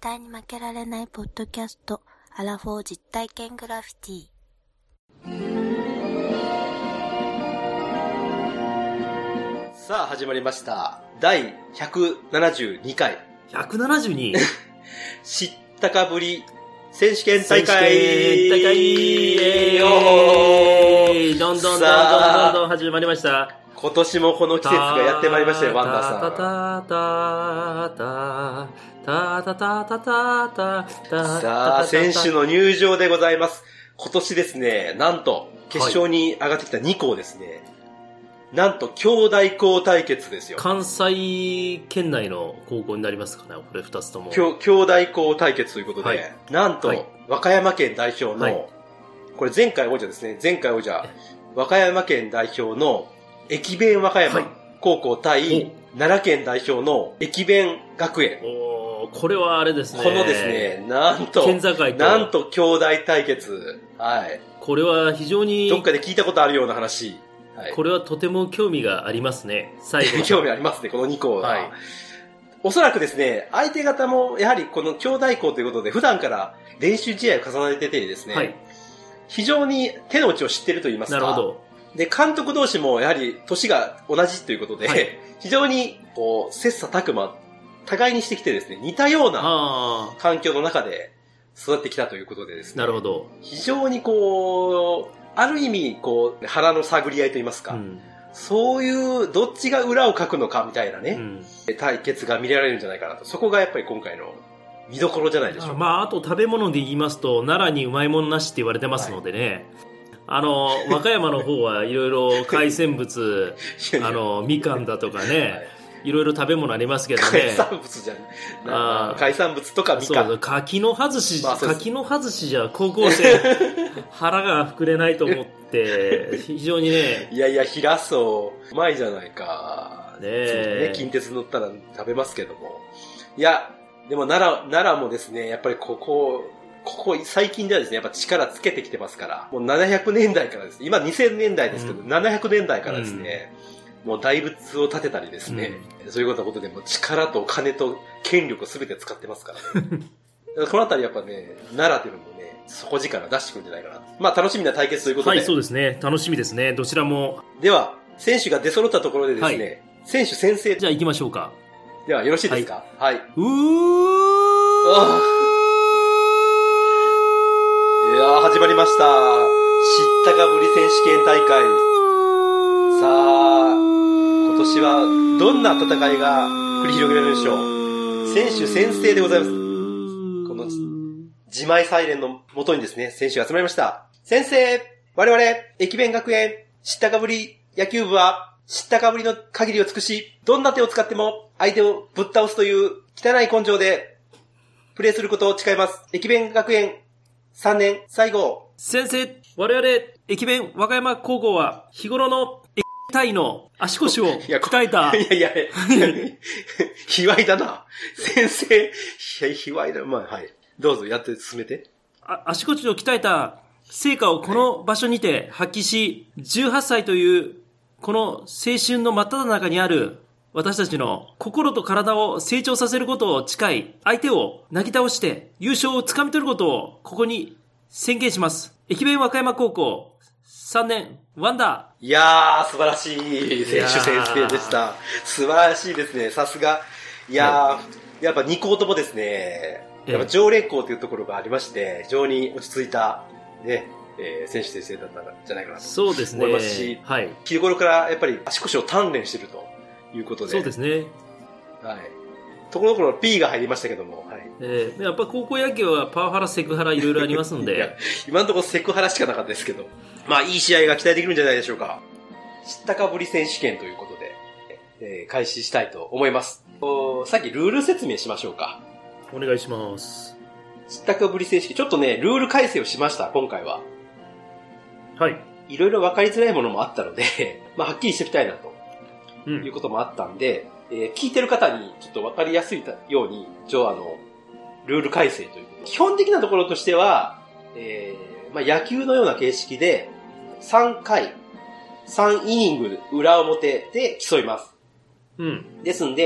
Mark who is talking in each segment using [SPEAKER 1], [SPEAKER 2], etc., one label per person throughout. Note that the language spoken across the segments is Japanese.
[SPEAKER 1] 対に負けられないポッドキャスト、アラフォー実体験グラフィティ。
[SPEAKER 2] さあ始まりました。第172回。
[SPEAKER 3] 172?
[SPEAKER 2] 知ったかぶり選手権大会。
[SPEAKER 3] どんどん始まりました。
[SPEAKER 2] 今年もこの季節がやってまいりましたよ、ワンダーさん。さあ、選手の入場でございます。今年ですね、なんと、決勝に上がってきた2校ですね。なんと、兄弟校対決ですよ。
[SPEAKER 3] 関西圏内の高校になりますかね、これ2つとも。
[SPEAKER 2] 兄弟校対決ということで、なんと、和歌山県代表の、これ前回王者ですね、和歌山県代表の駅弁和歌山高校対、奈良県代表の駅弁学園。
[SPEAKER 3] これはあれですね。
[SPEAKER 2] このですね、なんと兄弟対決。はい。
[SPEAKER 3] これは非常に、
[SPEAKER 2] どっかで聞いたことあるような話。
[SPEAKER 3] はい、これはとても興味がありますね。最後。
[SPEAKER 2] 興味ありますね、この2校は。はい。おそらくですね、相手方もやはりこの兄弟校ということで、普段から練習試合を重ねててですね、はい、非常に手の内を知っていると言いますか。
[SPEAKER 3] なるほど。
[SPEAKER 2] で、監督同士もやはり年が同じということで、はい、非常にこう、切磋琢磨、互いにしてきてですね、似たような環境の中で育ってきたということでですね。
[SPEAKER 3] なるほど。
[SPEAKER 2] 非常にこう、ある意味、こう、腹の探り合いと言いますか、そういう、どっちが裏をかくのかみたいなね、対決が見られるんじゃないかなと。そこがやっぱり今回の見どころじゃないでしょうか。
[SPEAKER 3] あと食べ物で言いますと、奈良にうまいもんなしって言われてますのでね。和歌山の方はいろいろ海鮮物、みかんだとかね、いろいろ食べ物ありますけどね。
[SPEAKER 2] 海産物じゃん。海産物とかみかん。
[SPEAKER 3] そう、柿の外しじゃ高校生、腹が膨れないと思って、非常にね。
[SPEAKER 2] いやいや、平そう、うまいじゃないか。ね、近鉄乗ったら食べますけども。いや、でも奈良もですね、やっぱりここ最近ではですね、やっぱ力つけてきてますから、もう700年代からですね、今2000年代ですけど、700年代からですね、もう大仏を建てたりですね、そういうことでもう力と金と権力を全て使ってますからね。このあたりやっぱね、奈良というのもね、底力出してくるんじゃないかな。まあ楽しみな対決ということで。
[SPEAKER 3] はい、そうですね。楽しみですね。どちらも。
[SPEAKER 2] では、選手が出揃ったところでですね、選手宣誓。
[SPEAKER 3] じゃあ行きましょうか。
[SPEAKER 2] ではよろしいですか？はい。いやー、始まりました。知ったかぶり選手権大会。さあ、今年はどんな戦いが繰り広げられるでしょう。選手宣誓でございます。この自前サイレンの元にですね、選手が集まりました。先生、我々、駅弁学園、知ったかぶり野球部は、知ったかぶりの限りを尽くし、どんな手を使っても相手をぶっ倒すという汚い根性で、プレーすることを誓います。駅弁学園3年最後。
[SPEAKER 3] 先生、我々、駅弁和歌山高校は、日頃の隊の足腰を鍛えた。
[SPEAKER 2] いや、卑猥だな。先生、卑猥だ。まあ、はい。どうぞ、やって進めて。
[SPEAKER 3] 足腰を鍛えた成果をこの場所にて発揮し、18歳という、この青春の真っ只中にある、私たちの心と体を成長させることを誓い、相手をなぎ倒して優勝をつかみ取ることをここに宣言します。駅弁和歌山高校3年ワンダ
[SPEAKER 2] ー。いやー、素晴らしい選手先生でした。素晴らしいですね。さすが。いやー、やっぱ2校ともですね、やっぱ常連校というところがありまして、非常に落ち着いた、ね、選手先生だったんじゃないかなと思いますし、
[SPEAKER 3] はい。
[SPEAKER 2] 日頃からやっぱり足腰を鍛錬しているということで。
[SPEAKER 3] そうですね。
[SPEAKER 2] はい。ところどころ P が入りましたけども、はい。
[SPEAKER 3] やっぱ高校野球はパワハラ、セクハラいろいろありますんで。
[SPEAKER 2] いや、今のところセクハラしかなかったですけど、まあいい試合が期待できるんじゃないでしょうか。知ったかぶり選手権ということで、開始したいと思います。さっきルール説明しましょうか。
[SPEAKER 3] お願いします。
[SPEAKER 2] 知ったかぶり選手権、ちょっとね、ルール改正をしました、今回は。
[SPEAKER 3] はい。
[SPEAKER 2] いろいろ分かりづらいものもあったので、まあはっきりしておきたいなと、いうこともあったんで、聞いてる方にちょっと分かりやすいように、ルール改正ということで。基本的なところとしては、まあ野球のような形式で、3回、3イニング裏表で競います。ですんで、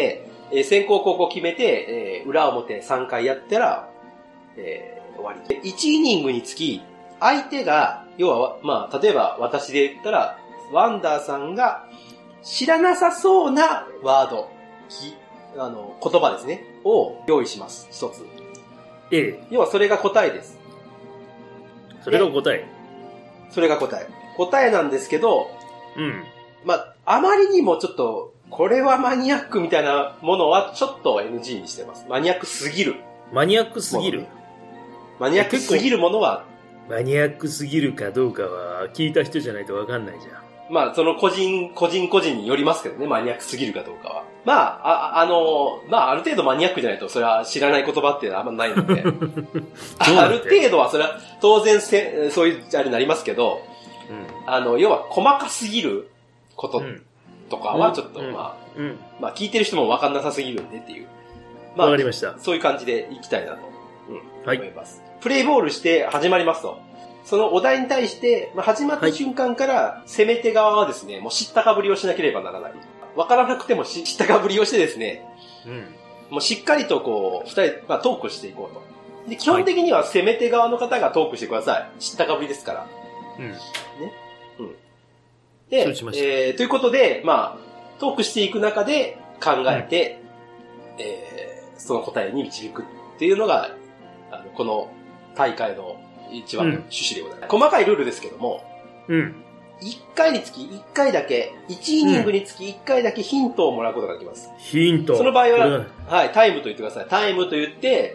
[SPEAKER 2] 先行後攻決めて、裏表3回やったら、終わり。1イニングにつき、相手が、要は、まあ、例えば私で言ったら、ワンダーさんが知らなさそうなワード、言葉ですね、を用意します。一つ。要はそれが答えです。
[SPEAKER 3] それが答え。
[SPEAKER 2] それが答え。答えなんですけど、まあ、あまりにもちょっと、これはマニアックみたいなものはちょっと NG にしてます。マニアックすぎる。
[SPEAKER 3] マニアックすぎる
[SPEAKER 2] マニアックすぎるものは、
[SPEAKER 3] マニアックすぎるかどうかは聞いた人じゃないとわかんないじゃん。
[SPEAKER 2] まあ、その個人によりますけどね、マニアックすぎるかどうかは。まあ、まあ、ある程度マニアックじゃないと、それは知らない言葉っていうのはあんまないので、ある程度はそれは当然そういうあれになりますけど、要は細かすぎることとかはちょっとまあ聞いてる人も分かんなさすぎるんでっていう。まあ、
[SPEAKER 3] わかりました。
[SPEAKER 2] そういう感じでいきたいなと、思います。プレイボールして始まりますと。そのお題に対して、まあ、始まった瞬間から攻め手側はですね、もう知ったかぶりをしなければならない。分からなくても知ったかぶりをしてですね、もうしっかりとこう、二人、まあ、トークしていこうと。で、基本的には攻め手側の方がトークしてください。知ったかぶりですから。で、ということで、まあ、トークしていく中で考えて、その答えに導くっていうのが、この大会の一番の趣旨でございます。細かいルールですけども、1回につき1回だけ、1イニングにつき1回だけヒントをもらうことができます。
[SPEAKER 3] ヒント。
[SPEAKER 2] その場合は、はい、タイムと言ってください。タイムと言って、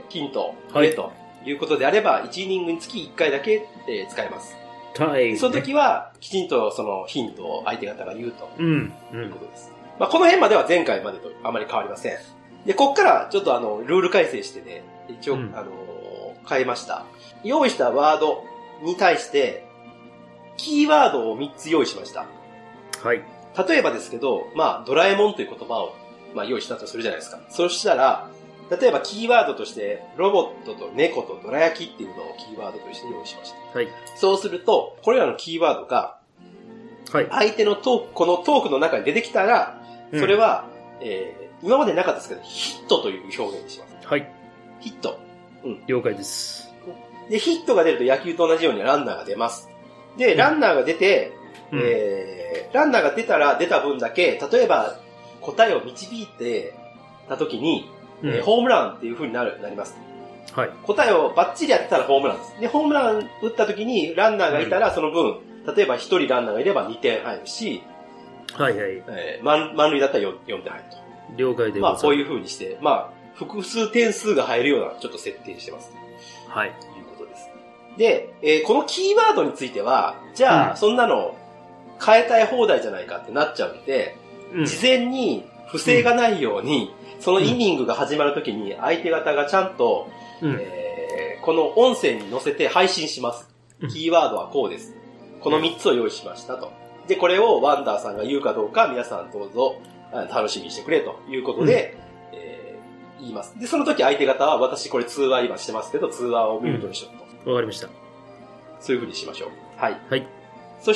[SPEAKER 2] ヒントをくれということであれば、1イニングにつき1回だけ、使えます。その時は、きちんとそのヒントを相手方が言うということです。まあ、この辺までは前回までとあまり変わりません。で、こっからちょっとルール改正してね、一応、変えました。用意したワードに対して、キーワードを3つ用意しました。
[SPEAKER 3] はい。
[SPEAKER 2] 例えばですけど、まあ、ドラえもんという言葉を、まあ、用意したとするじゃないですか。そしたら、例えばキーワードとして、ロボットと猫とドラ焼きっていうのをキーワードとして用意しました。
[SPEAKER 3] はい。
[SPEAKER 2] そうすると、これらのキーワードが、はい。相手のこのトークの中に出てきたら、それは、今までなかったですけど、ヒットという表現にします。
[SPEAKER 3] はい。
[SPEAKER 2] ヒット。
[SPEAKER 3] 了解です。
[SPEAKER 2] で、ヒットが出ると野球と同じようにランナーが出ます。で、ランナーが出て、ランナーが出た分だけ、例えば答えを導いてた時に、ホームランっていう風になります。はい。答えをバッチリやってたらホームランです。で、ホームラン打った時にランナーがいたらその分、例えば1人ランナーがいれば2点入るし、はいはい。満塁だったら4点入ると。
[SPEAKER 3] 了解でございます。
[SPEAKER 2] まあ、こういう風にして、まあ、複数点数が入るようなちょっと設定してます。
[SPEAKER 3] はい。
[SPEAKER 2] いうことです。で、このキーワードについては、じゃあ、そんなの変えたい放題じゃないかってなっちゃうんで、事前に不正がないように、そのイニングが始まるときに相手方がちゃんと、この音声に載せて配信します。キーワードはこうです。この3つを用意しましたと。で、これをワンダーさんが言うかどうか皆さんどうぞ楽しみにしてくれということで、言います。で、その時相手方は私これ通話今してますけど、通話をミュートにしようと。
[SPEAKER 3] わかりました。
[SPEAKER 2] そういう風にしましょう。はい。
[SPEAKER 3] はい。
[SPEAKER 2] そして、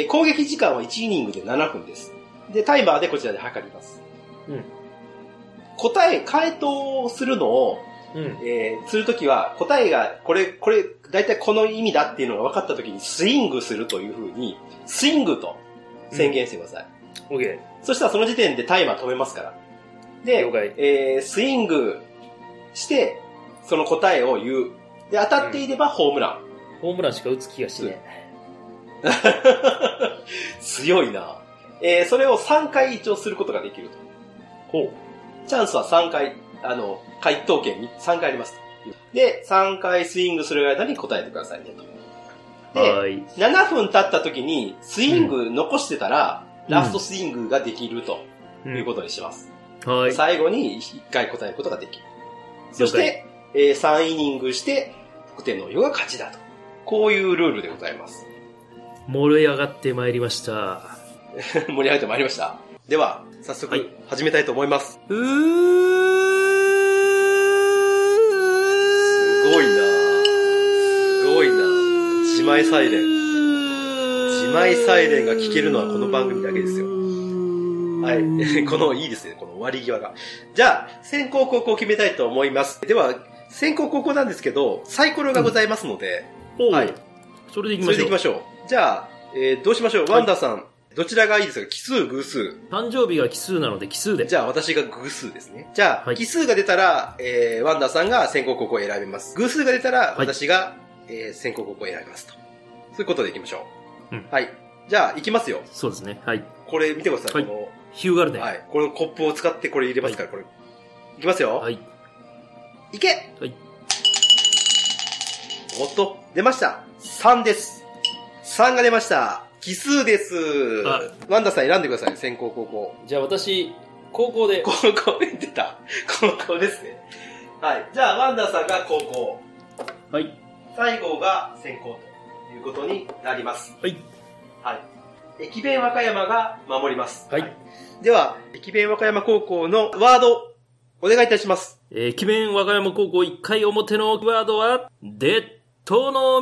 [SPEAKER 2] 攻撃時間は1イニングで7分です。で、タイマーでこちらで測ります。回答するのを、するときは、答えが、これ、だいたいこの意味だっていうのが分かったときに、スイングするという風に、スイングと宣言してください。
[SPEAKER 3] OK。
[SPEAKER 2] そしたらその時点でタイマー止めますから。で、スイングして、その答えを言う。で、当たっていればホームラン。
[SPEAKER 3] ホームランしか打つ気がしね
[SPEAKER 2] え。強いな。それを3回一応することができると。
[SPEAKER 3] ほう。
[SPEAKER 2] チャンスは3回、回答権3回あります。で、3回スイングする間に答えてくださいねと。で、7分経った時にスイング残してたら、ラストスイングができるということにします。はい。最後に1回答えることができる。そして、3イニングして得点の量が勝ちだと。こういうルールでございます。
[SPEAKER 3] 盛り上がってまいりました。
[SPEAKER 2] 盛り上がってまいりました。では、早速始めたいと思います。すごいな。すごいな。自前サイレン。自前サイレンが聞けるのはこの番組だけですよ。 はい。この、いいですね、この終わり際が。じゃあ、先行後攻決めたいと思います。では、先行後攻なんですけど、サイコロがございますので、はい。
[SPEAKER 3] それでいきましょう。
[SPEAKER 2] それでいきましょう。じゃあ、どうしましょう、ワンダさん。どちらがいいですか？奇数、偶数。
[SPEAKER 3] 誕生日が奇数なので奇数で。
[SPEAKER 2] じゃあ私が偶数ですね。じゃあ、奇数が出たら、ワンダさんが先行後攻を選びます。偶数が出たら、私が、先行後攻を選びますと。そういうことでいきましょう。はい。じゃあ、いきますよ。
[SPEAKER 3] そうですね。はい。
[SPEAKER 2] これ見てください。
[SPEAKER 3] この、ヒューガルデン。
[SPEAKER 2] はい。このコップを使ってこれ入れますから、これ。いきますよ。はい。いけ！はい。おっと、出ました。3です。3が出ました。奇数です。ワンダさん選んでください。先行後攻。
[SPEAKER 3] じゃあ私、高校で。
[SPEAKER 2] 高校で出た。高校ですね。はい。じゃあワンダさんが高校。はい。西郷が先行ということになります。はい。はい。駅弁和歌山が守ります。はい。では、駅弁和歌山高校のワード、お願いいたします。
[SPEAKER 3] 駅弁和歌山高校1回表のワードは、デッドの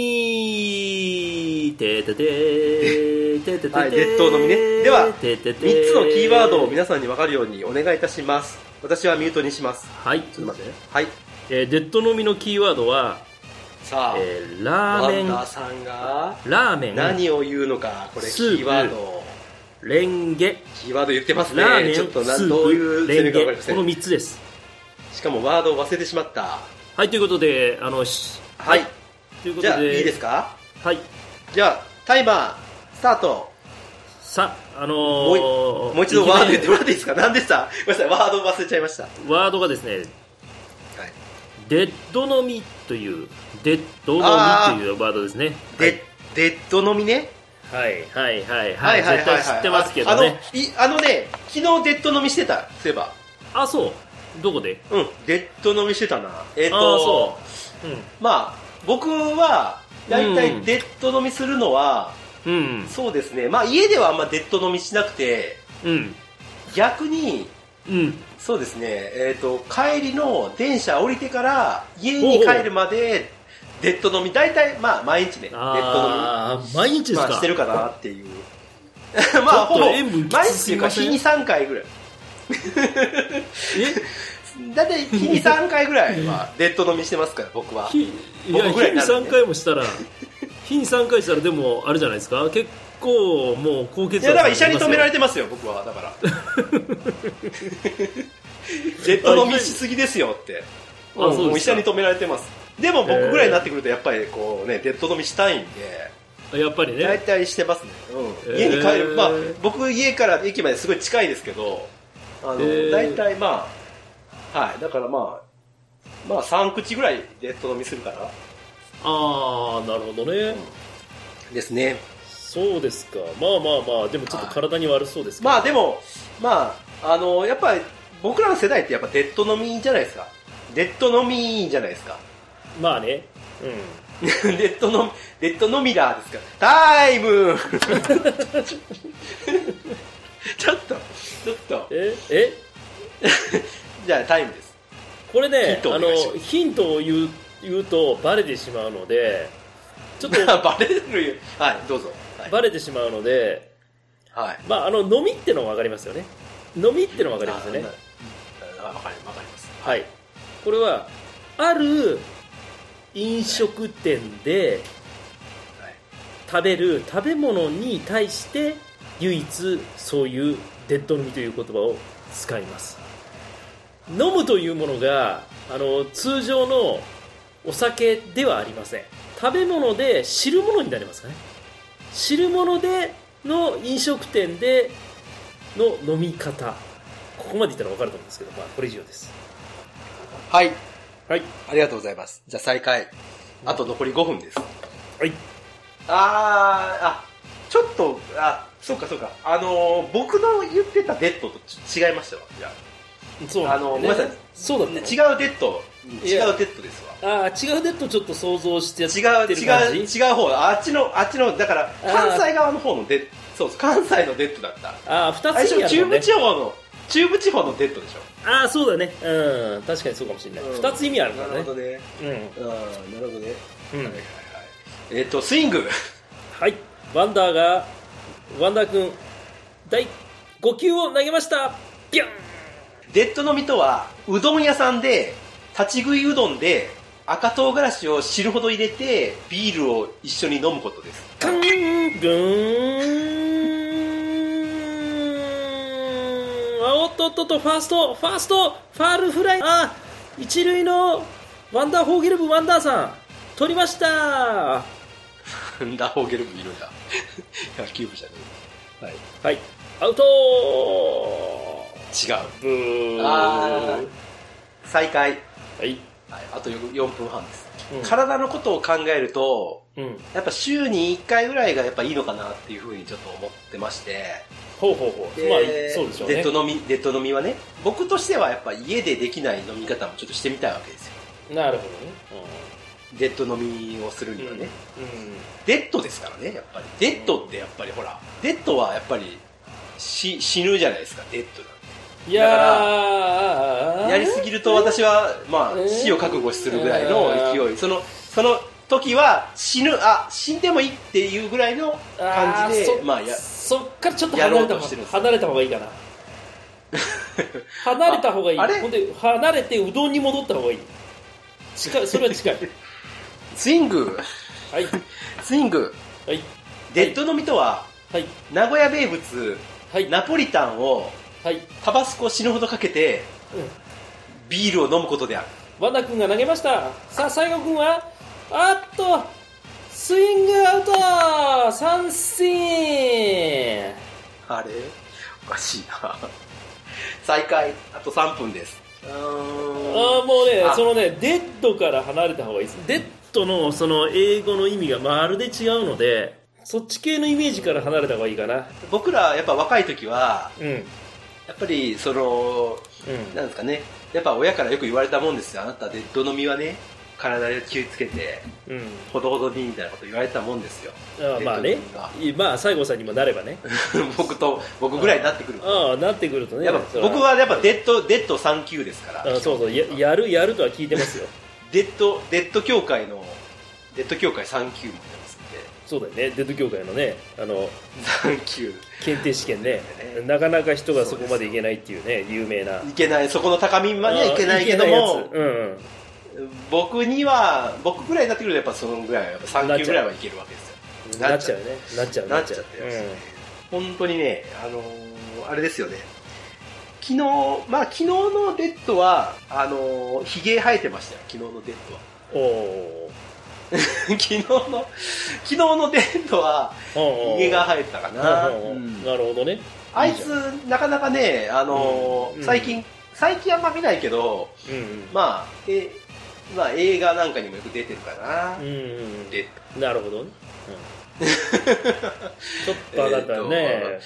[SPEAKER 3] みてててててて
[SPEAKER 2] はい、デッドのみね。では、3つのキーワードを皆さんに分かるようにお願いいたします。私はミュートにします。
[SPEAKER 3] はい。
[SPEAKER 2] ちょっと待って。はい。
[SPEAKER 3] デッドのみのキーワードは、
[SPEAKER 2] さあ、
[SPEAKER 3] ラーメン。
[SPEAKER 2] ワンダーさんが、
[SPEAKER 3] ラーメン。
[SPEAKER 2] 何を言うのか、これキーワード。
[SPEAKER 3] レンゲ。
[SPEAKER 2] キーワード言ってますね。
[SPEAKER 3] ラーメン、
[SPEAKER 2] ちょっと
[SPEAKER 3] スープ、
[SPEAKER 2] どういう
[SPEAKER 3] レンゲ。
[SPEAKER 2] この
[SPEAKER 3] 3つです。
[SPEAKER 2] しかもワードを忘れてしまった。
[SPEAKER 3] はい、ということで、はい。ということで、
[SPEAKER 2] じゃあ、いいですか？
[SPEAKER 3] はい。
[SPEAKER 2] じゃあ、タイマー、スタート。
[SPEAKER 3] さ、
[SPEAKER 2] もう一度ワード言ってもらっていいですか？何でした？ごめんなさい、ワード忘れちゃいました。
[SPEAKER 3] ワードがですね、はい、デッドのみという、デッドのみというワードですね。
[SPEAKER 2] デッドのみね。
[SPEAKER 3] はいはいはいはい。絶対知ってますけどね。
[SPEAKER 2] 昨日デッド飲みしてた、そういえば。
[SPEAKER 3] あ、そう。どこで？
[SPEAKER 2] うん、デッド飲みしてたな。
[SPEAKER 3] そう。
[SPEAKER 2] まあ、僕は、だいたいデッド飲みするのは、そうですね。まあ、家ではあんまデッド飲みしなくて、逆に、そうですね。帰りの電車降りてから、家に帰るまで、デッド飲み、大体、まあ、毎日ね、デッド飲み。
[SPEAKER 3] 毎日ですか？
[SPEAKER 2] まあ、してるかなっていう。まあ、ほぼ、毎日っていうか、日に3回ぐらい。だいたい日に3回ぐらいはデッド飲みしてますから、僕は。
[SPEAKER 3] いや、日に3回もしたら、日に3回したらでも、あれじゃないですか？結構、もう高血圧。
[SPEAKER 2] いや、だから医者に止められてますよ、僕は。だから。デッド飲みしすぎですよって。もう医者に止められてます。でも僕ぐらいになってくると、やっぱりこうね、デッド飲みしたいんで。
[SPEAKER 3] やっぱりね。
[SPEAKER 2] 大体してますね。家に帰る。まあ、僕家から駅まですごい近いですけど、大体まあ、はい。だからまあ3口ぐらいデッド飲みするから。
[SPEAKER 3] なるほどね。
[SPEAKER 2] ですね。
[SPEAKER 3] そうですか。まあ、でもちょっと体に悪そうですけど。
[SPEAKER 2] まあでも、まあ、やっぱり僕らの世代ってやっぱデッド飲みじゃないですか。デッド飲みじゃないですか。
[SPEAKER 3] まあね。
[SPEAKER 2] デッド飲みラーですから。タイムちょっと。じゃあタイムです。
[SPEAKER 3] これね、ヒントを言うとバレてしまうので、ちょっと
[SPEAKER 2] バレる。はい、どうぞ。
[SPEAKER 3] はい、バレてしまうので、はい。まあ飲みってのもわかりますよね。飲みってのもわかりますよね。
[SPEAKER 2] わかります。
[SPEAKER 3] はい。これはある飲食店で食べる食べ物に対して唯一そういうデッド飲みという言葉を使います。飲むというものが通常のお酒ではありません。食べ物で汁物になりますかね。汁物での飲食店での飲み方、ここまで言ったら分かると思うんですけど、まあこれ以上です。
[SPEAKER 2] はい、ありがとうございます。じゃあ再開。あと残り5分です。はい。ちょっと、そうか。僕の言ってたデッドと違いましたわ。じゃあ。
[SPEAKER 3] そうなんだね。ごめんなさい。そうだね。
[SPEAKER 2] 違うデッドですわ。
[SPEAKER 3] 違うデッドちょっと想像してやってる
[SPEAKER 2] 感じ？違う方。あっちの、だから、関西側の方のデッド、そう、関西のデッドだった。
[SPEAKER 3] 二つ意味あるもんね。
[SPEAKER 2] 中部地方のデッドでしょ。
[SPEAKER 3] そうだね。確かにそうかもしれない。二つ意味あるからね。
[SPEAKER 2] なるほどね。なるほどね。スイング。
[SPEAKER 3] はい。ワンダー君、第 5球を投げました。ビュン。
[SPEAKER 2] デッド飲みとは、うどん屋さんで、立ち食いうどんで、赤唐辛子を汁ほど入れて、ビールを一緒に飲むことです。
[SPEAKER 3] カン、ブーン。おっとっとっと、ファースト、ファールフライ。一塁のワンダーホーゲルブワンダーさん、取りました。
[SPEAKER 2] ワンダーホーゲルブいるんだ。野球部じゃねえ。はい。
[SPEAKER 3] はい。アウト
[SPEAKER 2] ー。違う。
[SPEAKER 3] ブー。
[SPEAKER 2] 再開。
[SPEAKER 3] はい。
[SPEAKER 2] はい、あと4分半です、体のことを考えると、やっぱ週に1回ぐらいがやっぱいいのかなっていうふうにちょっと思ってまして。
[SPEAKER 3] まあ、そうでしょうね。
[SPEAKER 2] デッド飲みはね、僕としてはやっぱ家でできない飲み方もちょっとしてみたいわけですよ。
[SPEAKER 3] なるほどね。
[SPEAKER 2] デッド飲みをするにはね。デッドですからね、やっぱり。デッドってやっぱりほら、デッドはやっぱり死ぬじゃないですか、デッドなんて。
[SPEAKER 3] いや
[SPEAKER 2] だからやりすぎると私は、まあ、死を覚悟するぐらいの勢い。その時は死んでもいいっていうぐらいの感じで、
[SPEAKER 3] そっからちょっと離れた方がいいかな。離れた方がいい。ほんで、離れてうどんに戻った方がいい。それは近い。
[SPEAKER 2] スイング。
[SPEAKER 3] はい。
[SPEAKER 2] スイング。
[SPEAKER 3] はい。
[SPEAKER 2] デッド飲みとは、はい、名古屋名物、はい、ナポリタンを、はい、タバスコ死ぬほどかけて、ビールを飲むことである。
[SPEAKER 3] 和田君が投げました。さあ、西郷君は、スイングアウト三振。
[SPEAKER 2] あれおかしいな。再開、あと3分です。
[SPEAKER 3] もうね、そのね、デッドから離れた方がいいです。デッドのその英語の意味がまるで違うので、そっち系のイメージから離れた方がいいかな。
[SPEAKER 2] 僕らやっぱ若い時は、やっぱりその、なんですかね、やっぱ親からよく言われたもんですよ。あなたデッド飲みはね、体で気をつけて、ほどほどにみたいなこと言われたもんですよ。
[SPEAKER 3] まあね、まあ西郷さんにもなればね。
[SPEAKER 2] 僕ぐらいになってくると。
[SPEAKER 3] なってくるとね。
[SPEAKER 2] 僕はやっぱデッド3級ですから。
[SPEAKER 3] そう、やるとは聞いてますよ。
[SPEAKER 2] デッド協会3級持ってますんで。
[SPEAKER 3] そうだよね、デッド協会のね、
[SPEAKER 2] 3級
[SPEAKER 3] 検定試験ね、なかなか人がそこまでいけないっていうね、有名な。
[SPEAKER 2] いけない、そこの高みまではいけないけども、僕ぐらいになってくるとやっぱそのぐらい、やっぱ3級ぐらいはいけるわけですよ。
[SPEAKER 3] なっちゃうね。なっちゃってますね。
[SPEAKER 2] 本当にね、あれですよね。昨日のデッドは、ヒゲ生えてましたよ、昨日のデッドは。昨日のデッドはヒゲが生えたかな。
[SPEAKER 3] なるほどね。
[SPEAKER 2] あいつなかなかね、最近あんま見ないけど、まあ映画なんかにもよく出てるかな。
[SPEAKER 3] なるほどね。ちょっとあなたね、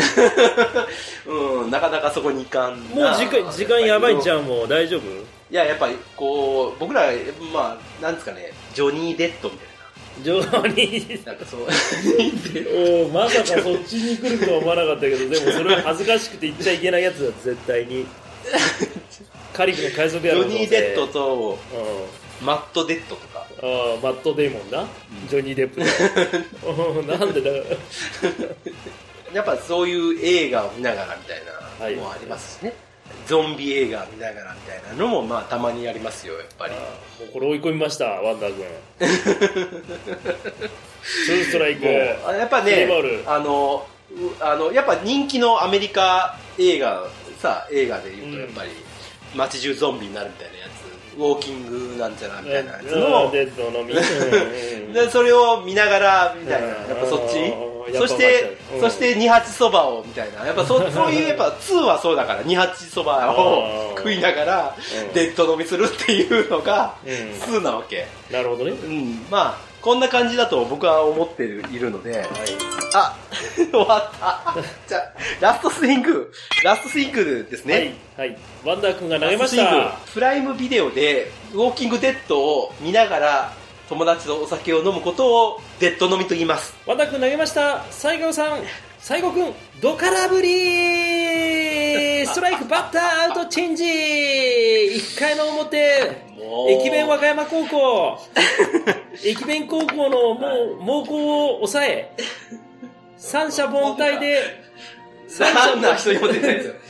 [SPEAKER 2] なかなかそこに行かん
[SPEAKER 3] な。もう時間やばいんちゃう？もう大丈夫？
[SPEAKER 2] いや、やっぱりこう僕らまあなんですかね、ジョニー・デッドみたいな。
[SPEAKER 3] ジョニーなんかそうまさかそっちに来るとは思わなかったけど、でもそれは恥ずかしくて言っちゃいけないやつだ、絶対に。カリフの海賊やろ。
[SPEAKER 2] ジョニー・デッドと、マット・デッドとか。
[SPEAKER 3] マット・デーモンな、ジョニー・デップで。なんでだ
[SPEAKER 2] やっぱそういう映画を見ながらみたいなのもありますしね。ゾンビ映画見ながらみたいなのもまあたまにやりますよ、やっぱり。
[SPEAKER 3] もうこれ追い込みました、ワンダー君。2ストライク。
[SPEAKER 2] やっぱね、やっぱ人気のアメリカ映画で言うとやっぱり、街中ゾンビになるみたいなやつ、ウォーキングなんちゃらみたいなやつの、
[SPEAKER 3] デッドの
[SPEAKER 2] でそれを見ながらみたいな、やっぱそっち、そして二八そばをみたいな、やっぱそういうやっぱ2はそうだから、二八そばを食いながらデッド飲みするっていうのが2なわけ。
[SPEAKER 3] なるほどね。
[SPEAKER 2] まあこんな感じだと僕は思っているので、終わった。じゃあラストスイングですね。
[SPEAKER 3] はい。ワンダー君が投げました。
[SPEAKER 2] プライムビデオでウォーキングデッドを見ながら友達とお酒を飲むことをデッド飲みと言います。
[SPEAKER 3] ワンダー君投げました。西郷君ドカラブリストライクバッターアウトチェンジ。1回の表、駅弁和歌山高校駅弁高校の猛攻を抑え、三者凡退で
[SPEAKER 2] なんな人にも出ないですよ。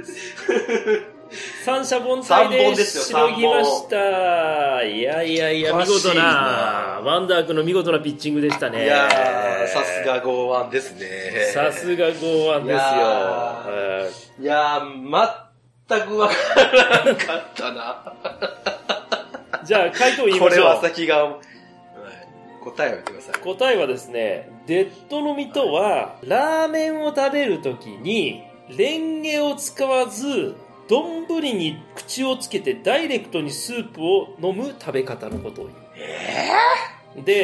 [SPEAKER 3] 三者凡退でしのぎました。いや、見事な、ワンダー君の見事なピッチングでしたね。
[SPEAKER 2] いやー、さすが剛腕ですね。
[SPEAKER 3] さすが剛腕ですよ。
[SPEAKER 2] いやー、全くわからなかったな。
[SPEAKER 3] じゃあ、回答言いましょう。
[SPEAKER 2] これは先が、答えを言ってください。
[SPEAKER 3] 答えはですね、デッド飲みとは、ラーメンを食べるときに、レンゲを使わず、丼に口をつけてダイレクトにスープを飲む食べ方のことを言う。で、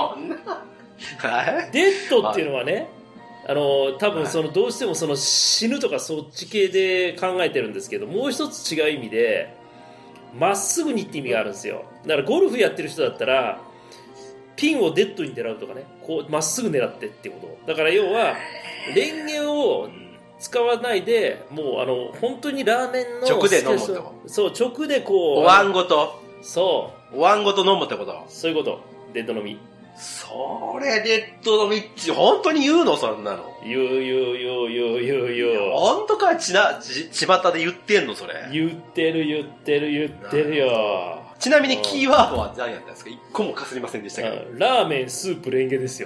[SPEAKER 3] デッドっていうのはね、多分どうしても死ぬとかそっち系で考えてるんですけど、もう一つ違う意味で、まっすぐにって意味があるんですよ。だからゴルフやってる人だったら、ピンをデッドに狙うとかね、こうまっすぐ狙ってってこと。だから要は、レンゲを使わないで、もう本当にラーメンの
[SPEAKER 2] 直で飲むってこと。
[SPEAKER 3] そう、直でこう。
[SPEAKER 2] お椀ごと。
[SPEAKER 3] そう。
[SPEAKER 2] お椀ごと飲むってこと。
[SPEAKER 3] そういうこと。デッド飲み。
[SPEAKER 2] それデッド飲みって、本当に言うのそんなの。
[SPEAKER 3] 言う。
[SPEAKER 2] 本当か巷で言ってんのそれ。
[SPEAKER 3] 言ってるよ。
[SPEAKER 2] ちなみにキーワードは何やったんですか？一個もかすりませんでしたけど。
[SPEAKER 3] ラーメン、スープ、レンゲですよ。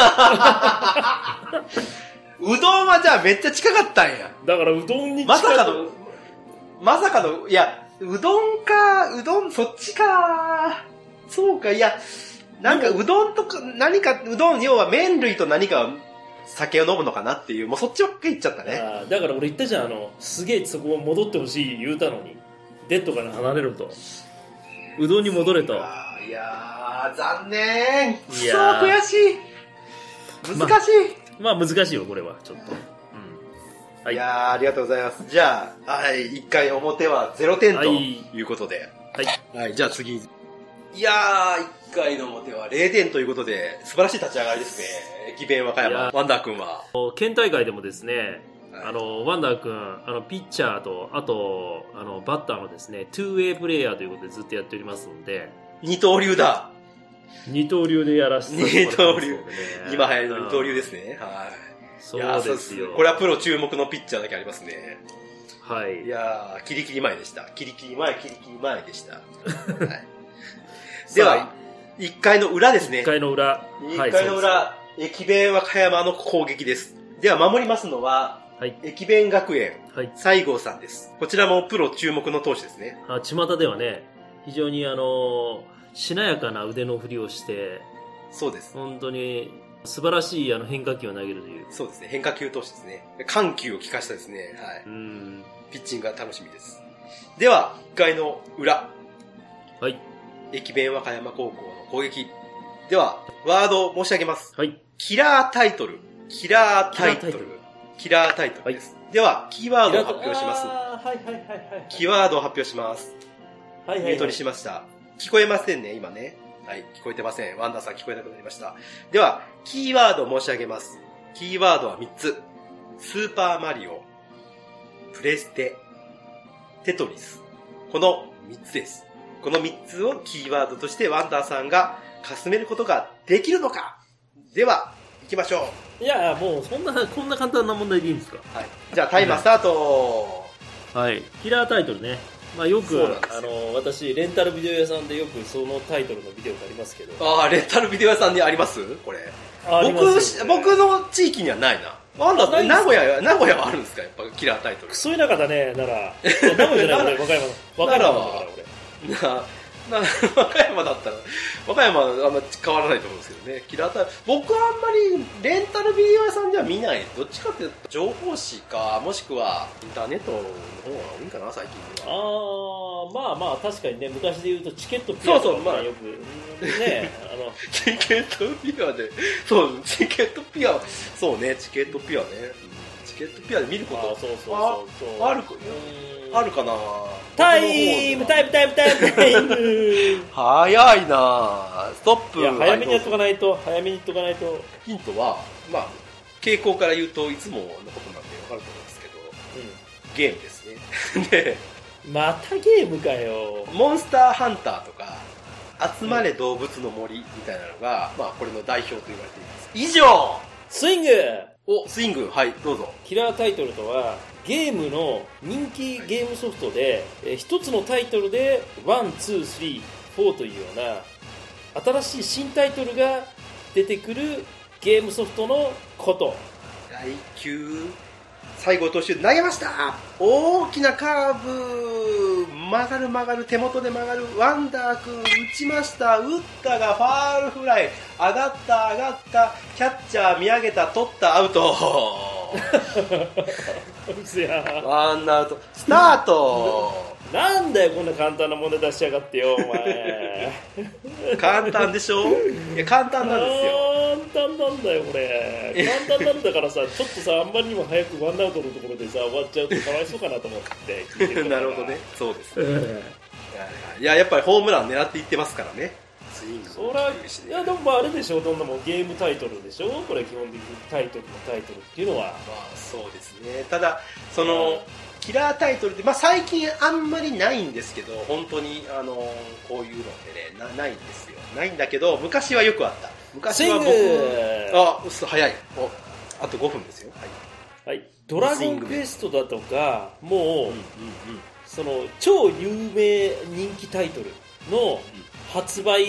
[SPEAKER 2] うどんはじゃあめっちゃ近かったんや。
[SPEAKER 3] だからうどんに近い。
[SPEAKER 2] まさかの、いや、うどん、そっちか。そうか、いや、なんかうどんとか、何か、うどん、要は麺類と何か酒を飲むのかなっていう、もうそっちばっかり言っちゃったね。
[SPEAKER 3] だから俺言ったじゃん、すげえそこ戻ってほしい言うたのに。デッドから離れると。うどんに戻れと。い
[SPEAKER 2] やー、残念。くそー、悔しい。難しい。
[SPEAKER 3] まあ難しいよ、これは、ちょっと。
[SPEAKER 2] はい、いやー、ありがとうございます。じゃあ、はい、1回表は0点ということで。はい。じゃあ次。いやー、1回の表は0点ということで、素晴らしい立ち上がりですね。駅弁和歌山、ワンダー君は。
[SPEAKER 3] 県大会でもですね、ワンダー君、ピッチャーと、あと、バッターのですね、2way プレイヤーということでずっとやっておりますので。
[SPEAKER 2] 二刀流だ。
[SPEAKER 3] 二刀流でやらせてもらってますので、ね。
[SPEAKER 2] 今流行りの二刀流ですね。はい。
[SPEAKER 3] そうですよ。
[SPEAKER 2] これはプロ注目のピッチャーだけありますね。
[SPEAKER 3] はい。
[SPEAKER 2] いやー、キリキリ前でした。キリキリ前でした。はい、では、1回の裏ですね。
[SPEAKER 3] 1回の裏。
[SPEAKER 2] 1回の裏、駅弁和歌山の攻撃です。では、守りますのは、駅弁学園、西郷さんです。こちらもプロ注目の投手ですね。
[SPEAKER 3] 巷ではね、非常にしなやかな腕の振りをして、
[SPEAKER 2] そうです。
[SPEAKER 3] 本当に素晴らしい変化球を投げるという。
[SPEAKER 2] そうですね、変化球投手ですね。緩急を利かしたですね。はい。ピッチングが楽しみです。では、1回の裏。
[SPEAKER 3] はい。
[SPEAKER 2] 駅弁和歌山高校の攻撃。では、ワードを申し上げます。
[SPEAKER 3] はい。
[SPEAKER 2] キラータイトルです。では、キーワードを発表します。キーワードを発表します。ミュートにしました。聞こえませんね、今ね。はい、聞こえてません。ワンダーさん聞こえなくなりました。では、キーワードを申し上げます。キーワードは3つ。スーパーマリオ、プレステ、テトリス。この3つです。この3つをキーワードとしてワンダーさんがかすめることができるのか。では、行きましょ
[SPEAKER 3] う。いや、もうこんな簡単な問題でいいんですか。
[SPEAKER 2] はい。じゃあタイマースタート。
[SPEAKER 3] はい。キラータイトルね。まあよく私レンタルビデオ屋さんでよくそのタイトルのビデオがありますけど。
[SPEAKER 2] ああ、レンタルビデオ屋さんにありますこれ。僕の地域にはないな。なんだ名古屋はあるんですかやっぱキラータイトル。
[SPEAKER 3] クソ田舎だね、なら。名古屋じゃない、俺、和歌山だから俺。
[SPEAKER 2] 和歌山だったら、和歌山はあんま変わらないと思うんですけどね。キラータイトル。僕はあんまりレンタルビデオ屋さんでは見ない。どっちかっていうと、情報誌か、もしくはインターネットの方が多いんかな、最近は。
[SPEAKER 3] まあまあ、確かにね、昔で言うとチケットピアとかよく、ね、
[SPEAKER 2] チケットピアで、そう、チケットピア、そうね、チケットピアね。チケットピアで見ることあるかな。
[SPEAKER 3] タイム早
[SPEAKER 2] いなストップ。
[SPEAKER 3] いや、早めにやっとかないと。
[SPEAKER 2] ヒントは、まあ、傾向から言うといつものことなんでわかると思うんですけど、ゲームですね。で、
[SPEAKER 3] またゲームかよ。
[SPEAKER 2] モンスターハンターとか、集まれ動物の森みたいなのが、まあ、これの代表と言われています。以上
[SPEAKER 3] スイング
[SPEAKER 2] お、スイング、はい、どうぞ。
[SPEAKER 3] キラータイトルとは、ゲームの人気ゲームソフトで、一つのタイトルで1、2、3、4というような新しい新タイトルが出てくるゲームソフトのこと。
[SPEAKER 2] 第9、最後投手投げました。大きなカーブ、曲がる、手元で曲がる、ワンダー君打ちました。打ったがファールフライ、上がった、キャッチャー見上げた、取った、アウト。ワンアウト、スタート。
[SPEAKER 3] なんだよ、こんな簡単な問題出しやがってよ、お前。
[SPEAKER 2] 簡単でしょ？いや、簡単なんですよ。
[SPEAKER 3] 簡単なんだよ、これ。簡単なんだからさ、ちょっとさ、あんまりにも早くワンアウトのところでさ、終わっちゃうとかわいそうかなと思って聞いてる。
[SPEAKER 2] なるほどね。そうですね。いや、やっぱりホームラン狙っていってますからね。スイング。
[SPEAKER 3] そら、いや、でもあれでしょ、どんなもんゲームタイトルでしょ、これ基本的にタイトルっていうのは。
[SPEAKER 2] まあ、そうですね。ただ、その、キラータイトルで、まあ最近あんまりないんですけど、本当に、こういうのってね、ないんですよ。ないんだけど、昔はよくあった。昔は僕、早い。あと5分ですよ。
[SPEAKER 3] はい。ドラゴンクエストだとか、もう、その、超有名人気タイトルの発売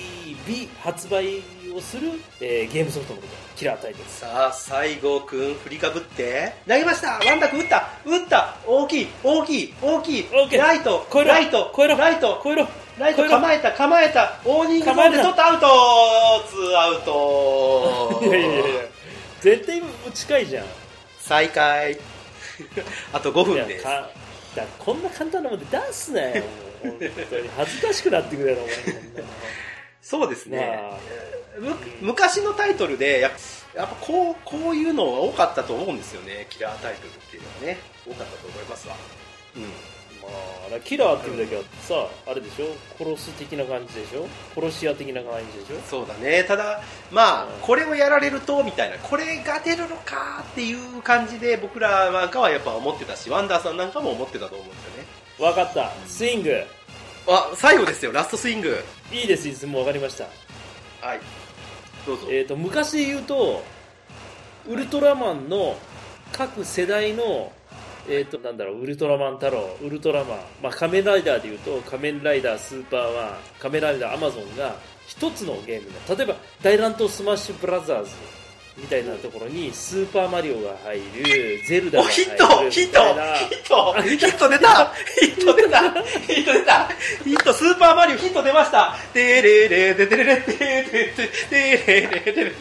[SPEAKER 3] をする、ゲームソフトのこと。キラータイトル。
[SPEAKER 2] さあ、西郷くん振りかぶって投げました。ワンダーくん打った大きいライト構えた大人数ゾーンで取った、アウト2アウト。
[SPEAKER 3] いや絶対近いじゃん。
[SPEAKER 2] 再開。あと5分です。
[SPEAKER 3] こんな簡単なもんで出すなよ。本当に恥ずかしくなってくるやろ、お前。
[SPEAKER 2] そうですね。昔のタイトルでやっぱこういうのが多かったと思うんですよね。キラータイトルっていうのはね、多かったと思いますわ。
[SPEAKER 3] まあ、キラーっていうだけはさ、あれでしょ、殺す的な感じでしょ、殺し屋的な感じでしょ。
[SPEAKER 2] そうだね。ただまあ、これをやられるとみたいな、これが出るのかっていう感じで僕らなんかはやっぱ思ってたし、ワンダーさんなんかも思ってたと思うんですよね。
[SPEAKER 3] わかった。スイング。
[SPEAKER 2] 最後ですよ、ラストスイング。
[SPEAKER 3] いいです、もうわかりました。
[SPEAKER 2] はい、どうぞ。
[SPEAKER 3] 昔で言うとウルトラマンの各世代のなんだろう、ウルトラマン太郎、ウルトラマン、まあ、仮面ライダーで言うと仮面ライダースーパーマン、仮面ライダーアマゾンが一つのゲームで、例えば大乱闘スマッシュブラザーズみたいなところにスーパーマリオが入る、ゼルダが入る、
[SPEAKER 2] ヒット出たスーパーマリオヒット出ました。でれれででれれでれれでれれでれれ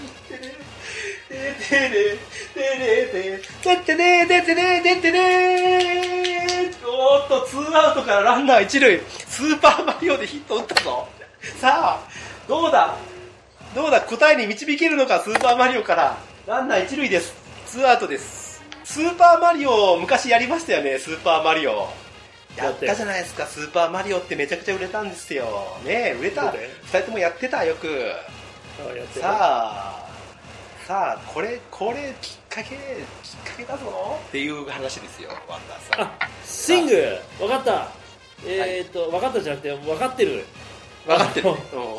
[SPEAKER 2] おーっと2アウトからランナー1塁、スーパーマリオでヒット打ったぞ。さあどうだ答えに導けるのか。スーパーマリオからランナー1塁です。2アウトです。スーパーマリオ昔やりましたよね。スーパーマリオやったじゃないですか。スーパーマリオってめちゃくちゃ売れたんですよね。売れた。2人ともやってた、よく。さあこれきっかけだぞっていう話ですよ、ワンダーさん。
[SPEAKER 3] スイング分かった。分かったじゃなくて分かってる。
[SPEAKER 2] 分かってる。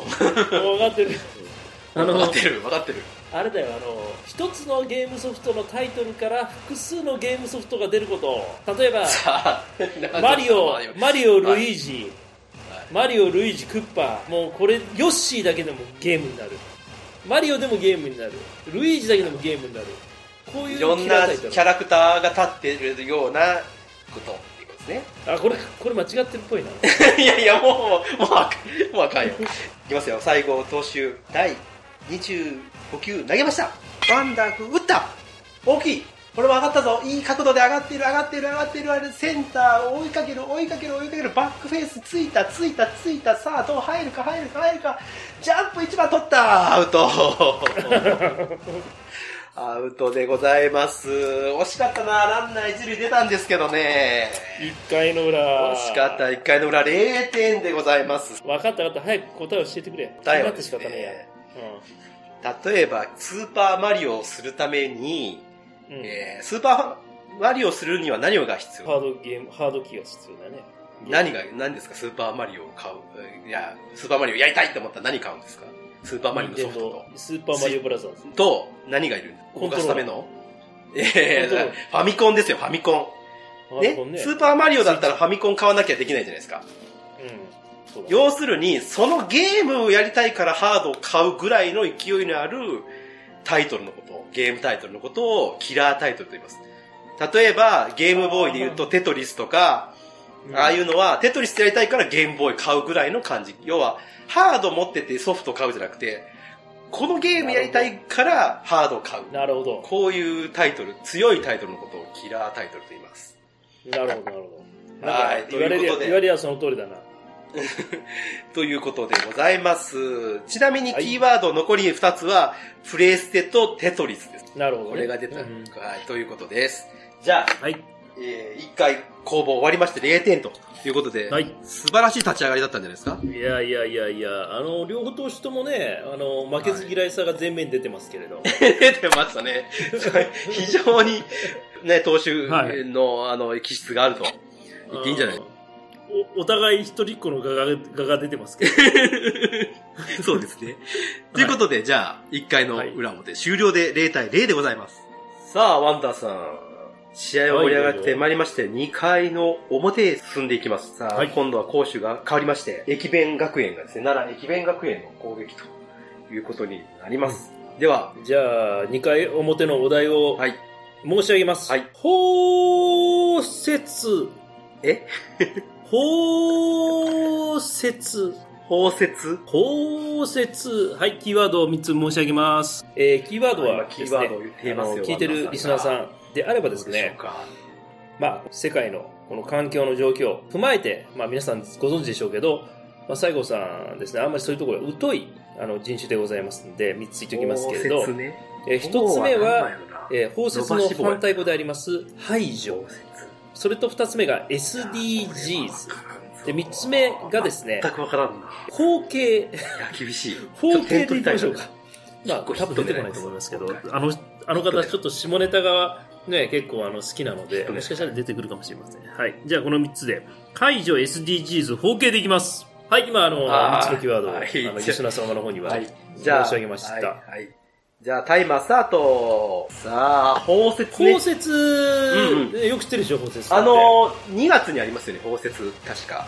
[SPEAKER 3] あれだよ、一つのゲームソフトのタイトルから複数のゲームソフトが出ること。例えばマリオ、ルイージ、マリオ、ルイージ、クッパー、もうこれヨッシーだけでもゲームになる。マリオでもゲームになる。ルイージだけでもゲームになる。こういう
[SPEAKER 2] いろんなキャラクターが立ってるようなことっていうことですね。
[SPEAKER 3] これ間違ってるっぽいな。
[SPEAKER 2] いやもうあかんよ。いきますよ。最後投手第25球投げました。ワンダー君打った。大きい。これも上がったぞ。いい角度で上がってる。センター追いかける。バックフェースついた。さあどう入るか。ジャンプ1番取った。アウト。アウトでございます。惜しかったな。ランナー1塁出たんですけどね。
[SPEAKER 3] 1回の裏。
[SPEAKER 2] 惜しかった。1回の裏0点でございます。
[SPEAKER 3] 分かった。早く答えを教えてくれ。
[SPEAKER 2] 答えはですね、例えばスーパーマリオをするために、スーパーマリオをするには何が必要？
[SPEAKER 3] ハードキーが必要だね。
[SPEAKER 2] 何ですか？スーパーマリオを買う。いや、スーパーマリオやりたいって思ったら何買うんですか？スーパーマリオのソフトと。
[SPEAKER 3] スーパーマリオブラザーズ。
[SPEAKER 2] と、何がいる？動かすためのファミコンですよ、ファミコン。ね、スーパーマリオだったらファミコン買わなきゃできないじゃないですか。
[SPEAKER 3] そうだね。
[SPEAKER 2] 要するに、そのゲームをやりたいからハードを買うぐらいの勢いのあるタイトルのこと、ゲームタイトルのことをキラータイトルと言います。例えば、ゲームボーイで言うとテトリスとか、ああいうのは、テトリスやりたいからゲームボーイ買うぐらいの感じ。要は、ハード持っててソフト買うじゃなくて、このゲームやりたいからハードを買う。
[SPEAKER 3] なるほど。
[SPEAKER 2] こういうタイトル、強いタイトルのことをキラータイトルと言います。
[SPEAKER 3] なるほど、なるほど。
[SPEAKER 2] はい、
[SPEAKER 3] 言われりゃその通りだな。
[SPEAKER 2] ということでございます。ちなみにキーワード残り2つは、プレステとテトリスです。
[SPEAKER 3] なるほど、ね。
[SPEAKER 2] これが出た、はい、ということです。じゃあ、
[SPEAKER 3] はい。
[SPEAKER 2] 1回攻防終わりまして0点ということで、はい、素晴らしい立ち上がりだったんじゃないですか？
[SPEAKER 3] いや、両方投手ともね、負けず嫌いさが前面に出てますけれど。
[SPEAKER 2] 出てましたね。非常に、ね、投手の、気質があると言っていいんじゃない？
[SPEAKER 3] お互い一人っ子の画が出てますけど。
[SPEAKER 2] そうですね。ということで、じゃあ、1回の裏表、終了で0対0でございます。さあ、ワンダーさん。試合を盛り上がってまいりまして、2回の表へ進んでいきます。さあ、今度は攻守が変わりまして、駅弁学園がですね、奈良駅弁学園の攻撃ということになります。では、
[SPEAKER 3] じゃあ、2回表のお題を申し上げます。はい。包摂。包摂。
[SPEAKER 2] 包摂。
[SPEAKER 3] 包摂。はい、キーワードを3つ申し上げます。キーワードはですね、聞いてるリスナーさんであればですね、世界のこの環境の状況を踏まえて、皆さんご存知でしょうけど、西郷さんですね、あんまりそういうところが疎い人種でございますので、3つ言っておきますけれど、1つ目は、包摂の反対語であります、排除。それと2つ目が SDGs。で、3つ目がですね、
[SPEAKER 2] 全くわからんな。
[SPEAKER 3] 包茎。
[SPEAKER 2] いや、厳しい。
[SPEAKER 3] 包茎でいきましょうか。多分出てこないと思いますけど、あの方ちょっと下ネタがね、結構好きなので、もしかしたら出てくるかもしれません。はい。じゃあこの3つで、解除 SDGs 包茎でいきます。はい、今3つのキーワードを、リスナー様の方には申し上げました。はい。
[SPEAKER 2] じゃあタイマースタート。さあ、包摂ね。
[SPEAKER 3] 包摂、よく知ってるでしょ、包摂。
[SPEAKER 2] 2月にありますよね、包摂、確か。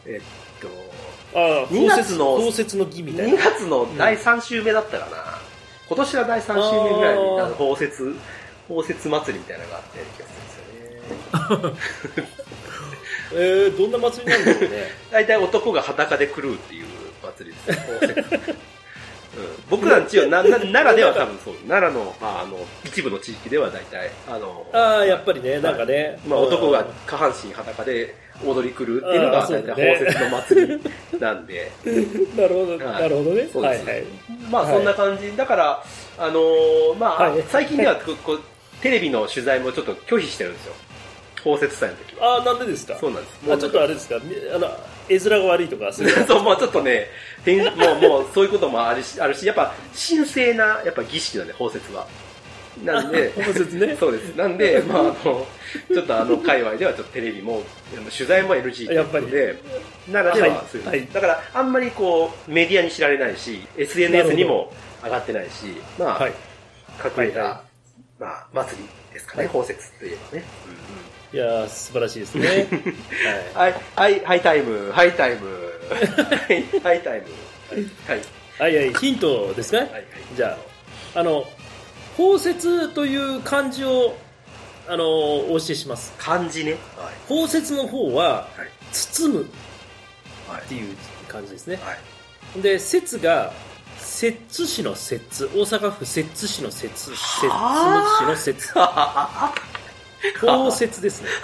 [SPEAKER 3] 2月の、包摂の儀みたいな。
[SPEAKER 2] 2月の第3週目だったかな。今年は第3週目ぐらいに、包摂祭りみたいなのがあってやる気がするんですよね。
[SPEAKER 3] どんな祭りなんだろうね。
[SPEAKER 2] 大体男が裸で狂うっていう祭りですね、包摂。僕らの地は奈良では多分そう。奈良の、一部の地域では大体、
[SPEAKER 3] やっぱりね、なんかね。
[SPEAKER 2] 男が下半身裸で踊り狂うっていうのが大体包摂の祭りなんで。
[SPEAKER 3] なるほど、なるほどね。
[SPEAKER 2] そうですね。そんな感じ。だから、最近ではテレビの取材もちょっと拒否してるんですよ。包摂祭の時
[SPEAKER 3] は。なんでですか？
[SPEAKER 2] そうなんです。
[SPEAKER 3] ちょっとあれですか、絵面が悪いとか、
[SPEAKER 2] そう、ちょっとね、もうそういうこともあるし、やっぱ神聖な、やっぱ儀式なんで、包摂は。なんで、
[SPEAKER 3] 包摂ね。
[SPEAKER 2] そうです。なんで、ちょっと界隈ではちょっとテレビも、取材も NG ということで、奈良ではそういう。だから、あんまりメディアに知られないし、SNS にも上がってないし、隠れた、祭りですかね、包摂といえばね。
[SPEAKER 3] いやー、素晴らしいですね。
[SPEAKER 2] ハイタイム。はい。
[SPEAKER 3] ヒントですね。じゃあ、包摂という漢字を、お教えします。
[SPEAKER 2] 漢字ね。
[SPEAKER 3] 包摂の方は、包むっていう漢字ですね。で、摂が、摂津市の摂、大阪府摂津市の摂、摂津市の摂。包摂ですね。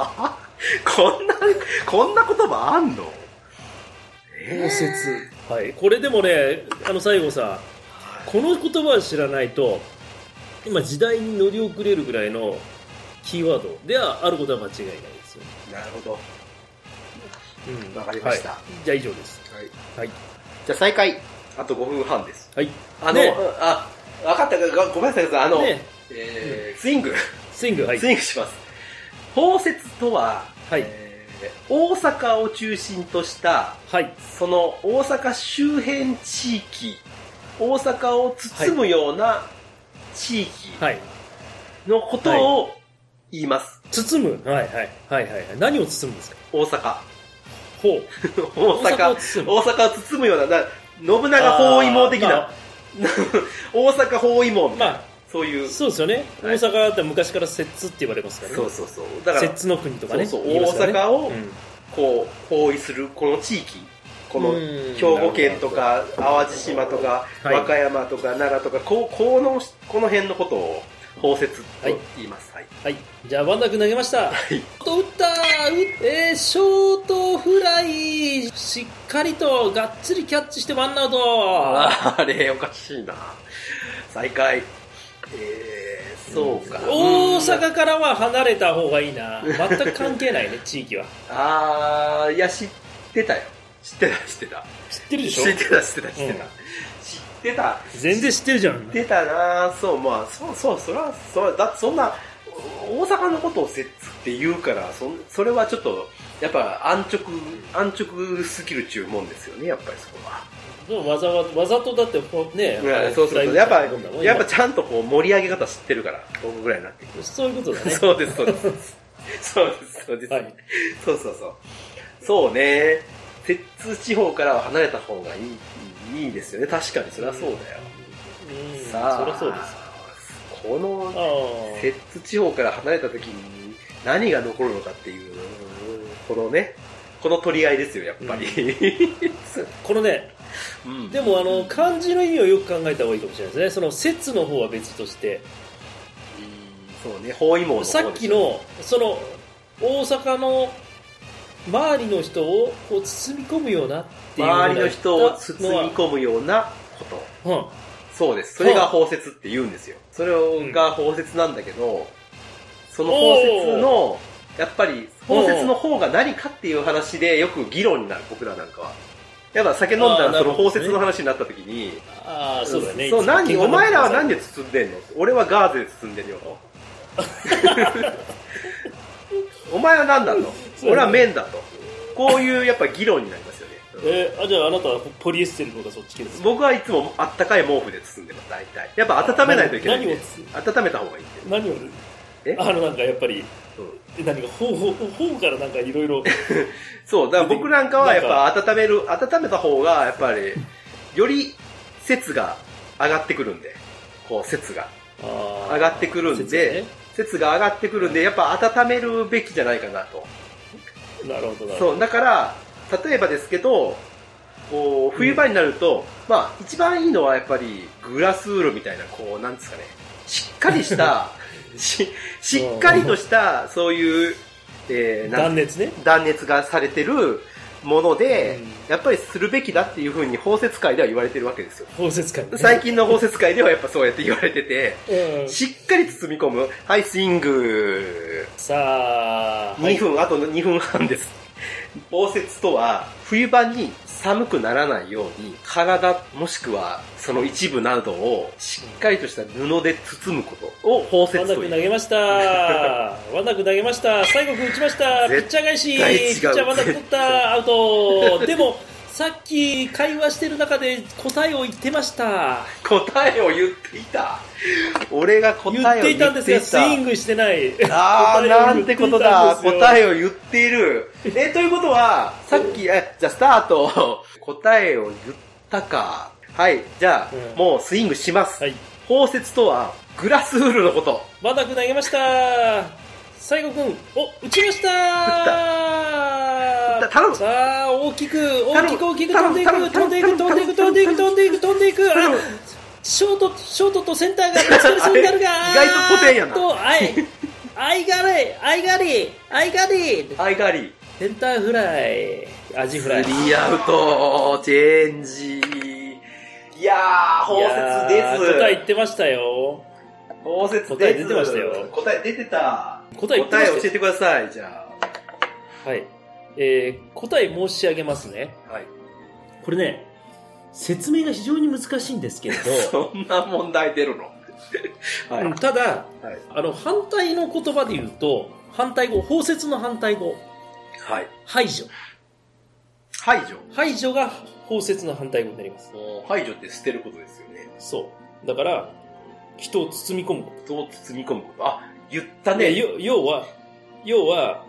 [SPEAKER 2] こんな言葉あんの？
[SPEAKER 3] 包摂。はい。これでもね、西郷さん、この言葉を知らないと、今時代に乗り遅れるぐらいのキーワードではあることは間違いないですよ。
[SPEAKER 2] なるほど。わかりました。
[SPEAKER 3] じゃあ以上です。はい。
[SPEAKER 2] じゃあ再開。あと5分半です。
[SPEAKER 3] はい。
[SPEAKER 2] わかったか、ごめんなさい、スイング。スイングします。包摂とは、大阪を中心とした、その大阪周辺地域、大阪を包むような地域のことを言います。
[SPEAKER 3] 包む。はいはい。はいはいはい。何を包むんですか？
[SPEAKER 2] 大阪。
[SPEAKER 3] ほう。
[SPEAKER 2] 大阪を包むような、信長包囲網的な。大阪包囲網みたいな。そういう。
[SPEAKER 3] そうですよね。大阪って昔から摂津って言われますからね。
[SPEAKER 2] そうそうそう。だから、
[SPEAKER 3] 摂津の国とかね。
[SPEAKER 2] そうそう、大阪を、こう、包囲する、この地域。この、兵庫県とか、淡路島とか、和歌山とか、奈良とか、この辺のことを、包摂と言います。はい。
[SPEAKER 3] はい。じゃあ、ワンダ君投げました。はい。打ったショートフライ、しっかりとがっつりキャッチしてワンアウト。
[SPEAKER 2] あれ、おかしいな。再開。そうか。
[SPEAKER 3] 大阪からは離れた方がいいな。全く関係ないね、地域は。
[SPEAKER 2] いや、知ってたよ。知ってるでしょ？知ってた。
[SPEAKER 3] 全然知ってるじゃん。
[SPEAKER 2] 知ってたな。そう、まあ、そら、だってそんな、大阪のことを摂津って言うから、それはちょっと、やっぱ安直すぎるっちゅうもんですよね、やっぱりそこは。
[SPEAKER 3] わざとだってね、
[SPEAKER 2] そう、やっぱちゃんとこう盛り上げ方知ってるから、僕ぐらいになってくる。
[SPEAKER 3] そういうことだね。
[SPEAKER 2] そうです。はい。そうね。摂津地方からは離れた方がいいですよね。確かに、そりゃそうだよ。さあ、
[SPEAKER 3] そりゃそうです。
[SPEAKER 2] この、摂津地方から離れた時に何が残るのかっていう、この取り合いですよ、やっぱり。
[SPEAKER 3] このね、でも漢字の意味をよく考えた方がいいかもしれないですね。その摂の方は別として。
[SPEAKER 2] そうね、包囲網の方
[SPEAKER 3] さっきの、その、大阪の、周りの人をこう包み込むようなっていう
[SPEAKER 2] 周りの人を包み込むようなこと。そうです。それが包摂って言うんですよ。それが包摂なんだけど、その包摂の、やっぱり包摂の方が何かっていう話でよく議論になる、僕らなんかは。やっぱ酒飲んだらその包摂の話になった時に、
[SPEAKER 3] そうだね。
[SPEAKER 2] お前らは何で包んでんの？俺はガーゼで包んでるよと。お前は何だと。俺は麺だと。こういうやっぱ議論になりますよね。
[SPEAKER 3] じゃああなたはポリエステルの方がそっち系ですか？
[SPEAKER 2] 僕はいつもあったかい毛布で包んでます、大体。やっぱ温めないといけないんで。温めた方がいいんで。
[SPEAKER 3] 何をなんかやっぱり、何か方からなんかいろいろ。
[SPEAKER 2] そう、だから僕なんかはやっぱ温めた方がやっぱり、より節が上がってくるんで、こう節が上がってくるんで、節が上がってくるんで、やっぱ温めるべきじゃないかなと。
[SPEAKER 3] なるほど。
[SPEAKER 2] そう、だから、例えばですけど、こう、冬場になると、まあ、一番いいのはやっぱり、グラスウールみたいな、こう、なんですかね、しっかりした、しっかりとした、そういう、
[SPEAKER 3] 断熱ね。
[SPEAKER 2] 断熱がされてるもので、やっぱりするべきだっていうふうに包摂会では言われてるわけですよ。
[SPEAKER 3] 包摂会、ね。
[SPEAKER 2] 最近の包摂会ではやっぱそうやって言われてて、しっかり包み込む。はい、スイング。
[SPEAKER 3] さあ、
[SPEAKER 2] あと2分半です。包摂とは、冬場に寒くならないように、体もしくはその一部などをしっかりとした布で包むことを包摂という。
[SPEAKER 3] ワンダ君投げました。ワンダ君投げました。最後君打ちました。ピッチャー返し。ピッチャーワンダ君取った。アウト。でも、さっき会話してる中で答えを言ってました。
[SPEAKER 2] 答えを言っていた。俺が答えを言っていた。
[SPEAKER 3] 言っていたんですが、スイングしてない。
[SPEAKER 2] なんてことだ。答えを言っている。ということは、さっき、じゃあスタート。答えを言ったか。はい、じゃあ、もうスイングします。はい。包摂とは、グラスウールのこと。
[SPEAKER 3] ワンダ君投げました。最後君、打ちました。
[SPEAKER 2] 頼む。
[SPEAKER 3] さあ、大きく飛んでいく。ショートとセンターがぶつかりそうになるが、
[SPEAKER 2] 意外とポテンやな。
[SPEAKER 3] アイガリ。センターフライ。アジフライ。
[SPEAKER 2] スリーアウト、チェンジ。いやー、包摂です。
[SPEAKER 3] 答え言ってましたよ。
[SPEAKER 2] 包摂です。
[SPEAKER 3] 答え出てましたよ。
[SPEAKER 2] 答え出てた。
[SPEAKER 3] 答え教
[SPEAKER 2] えてください、じゃ
[SPEAKER 3] あ。はい。答え申し上げますね。はい。これね、説明が非常に難しいんですけれ
[SPEAKER 2] ど。そんな問題出るの
[SPEAKER 3] はい、ただ、反対の言葉で言うと、反対語、包摂の反対語。
[SPEAKER 2] はい。
[SPEAKER 3] 排除。排除が包摂の反対語になります。
[SPEAKER 2] 排除って捨てることですよね。
[SPEAKER 3] そう。だから、 人を包み込むこ
[SPEAKER 2] 人を包み込むこと。あ、言った
[SPEAKER 3] と。
[SPEAKER 2] ね。
[SPEAKER 3] で要は、
[SPEAKER 2] はい。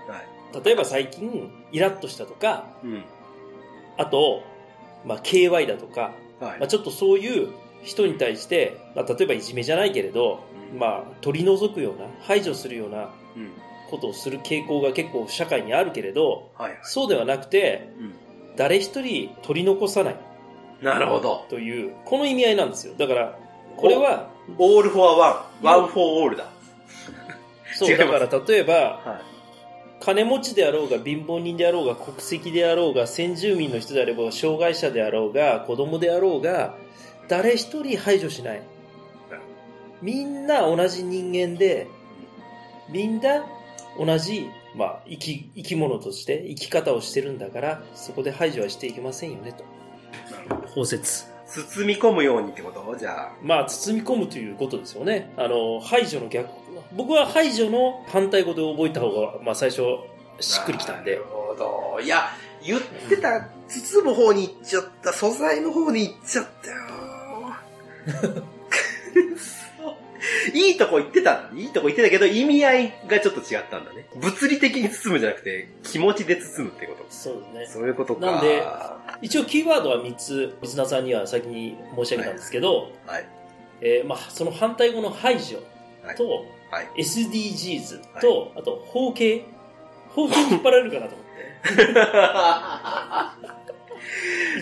[SPEAKER 3] 例えば最近、イラッとしたとか、
[SPEAKER 2] うん。
[SPEAKER 3] あと、まあ、KY だとか、
[SPEAKER 2] はい。
[SPEAKER 3] まあ、ちょっとそういう人に対して、まあ、例えばいじめじゃないけれど、まあ、取り除くような、排除するような
[SPEAKER 2] うん。
[SPEAKER 3] ことをする傾向が結構社会にあるけれど、
[SPEAKER 2] はい。
[SPEAKER 3] そうではなくて、
[SPEAKER 2] うん。
[SPEAKER 3] 誰一人取り残さない
[SPEAKER 2] なるほど。
[SPEAKER 3] という、この意味合いなんですよ。だから、これは、
[SPEAKER 2] オールフォアワン。ワンフォーオールだ。
[SPEAKER 3] そう、
[SPEAKER 2] 違います
[SPEAKER 3] だから例えば、
[SPEAKER 2] は
[SPEAKER 3] 金持ちであろうが貧乏人であろうが国籍であろうが先住民の人であれば障害者であろうが子供であろうが誰一人排除しない。みんな同じ人間で、みんな同じ、まあ、生き物として生き方をしてるんだから、そこで排除はしていけませんよねと。包摂。
[SPEAKER 2] 包み込むようにってことじゃあ。
[SPEAKER 3] まあ、包み込むということですよね。排除の逆。僕は排除の反対語で覚えた方が、まあ最初、しっくりきたんで。
[SPEAKER 2] なるほど。いや、言ってた、包む方に行っちゃった、素材の方に行っちゃったよ。いいとこ言ってた。いいとこ言ってたけど、意味合いがちょっと違ったんだね。物理的に包むじゃなくて、気持ちで包むってこと。
[SPEAKER 3] そうですね。
[SPEAKER 2] そういうことか。
[SPEAKER 3] なんで、一応キーワードは3つ、リスナーさんには先に申し上げたんですけど、
[SPEAKER 2] はい。
[SPEAKER 3] まあその反対語の排除と、
[SPEAKER 2] はい、
[SPEAKER 3] SDGs と、あと、包茎に引っ張られるかなと思って。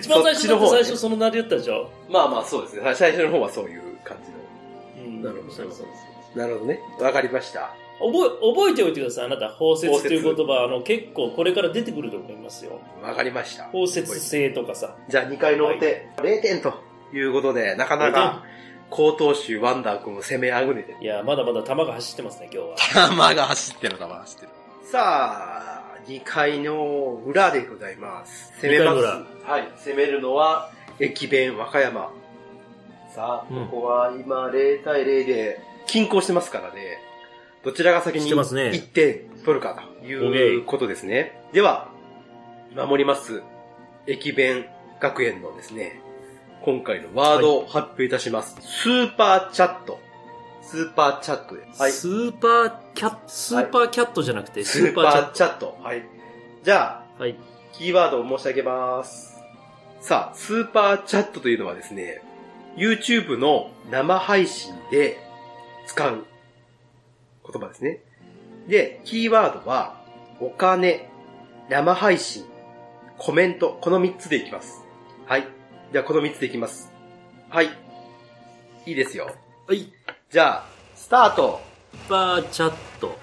[SPEAKER 3] 一番最初だって最初そのなりだったでしょ。
[SPEAKER 2] まあまあそうですね。最初の方はそういう感じの。なるほど。
[SPEAKER 3] そう
[SPEAKER 2] なるほどね。わかりました。
[SPEAKER 3] 覚えておいてください。あなた、包摂という言葉、結構これから出てくると思いますよ。
[SPEAKER 2] わかりました。
[SPEAKER 3] 包摂性とかさ。
[SPEAKER 2] じゃあ2回の表、0点ということで、なかなか、高投手ワンダー君を攻めあぐねてる。
[SPEAKER 3] いや、まだまだ球が走ってますね、今日は。
[SPEAKER 2] 球が走ってる。さあ、2回の裏でございます。攻めます。はい。攻めるのは、駅弁和歌山。さあ、ここは今0対0で均衡してますからね。どちらが先に1点取るかということですね。では、守ります、駅弁学園のですね、今回のワードを発表いたします。スーパーチャット。スーパーチャットです。はい。
[SPEAKER 3] スーパーキャットじゃなくて、
[SPEAKER 2] スーパーチャット。はい。じゃあ、
[SPEAKER 3] はい。
[SPEAKER 2] キーワードを申し上げます。さあ、スーパーチャットというのはですね、YouTube の生配信で使う言葉ですね。で、キーワードは、お金、生配信、コメント、この3つでいきます。はい。じゃあ、この3つでいきます。はい。いいですよ。
[SPEAKER 3] はい。
[SPEAKER 2] じゃあ、スタート。
[SPEAKER 3] スーパーチャットって、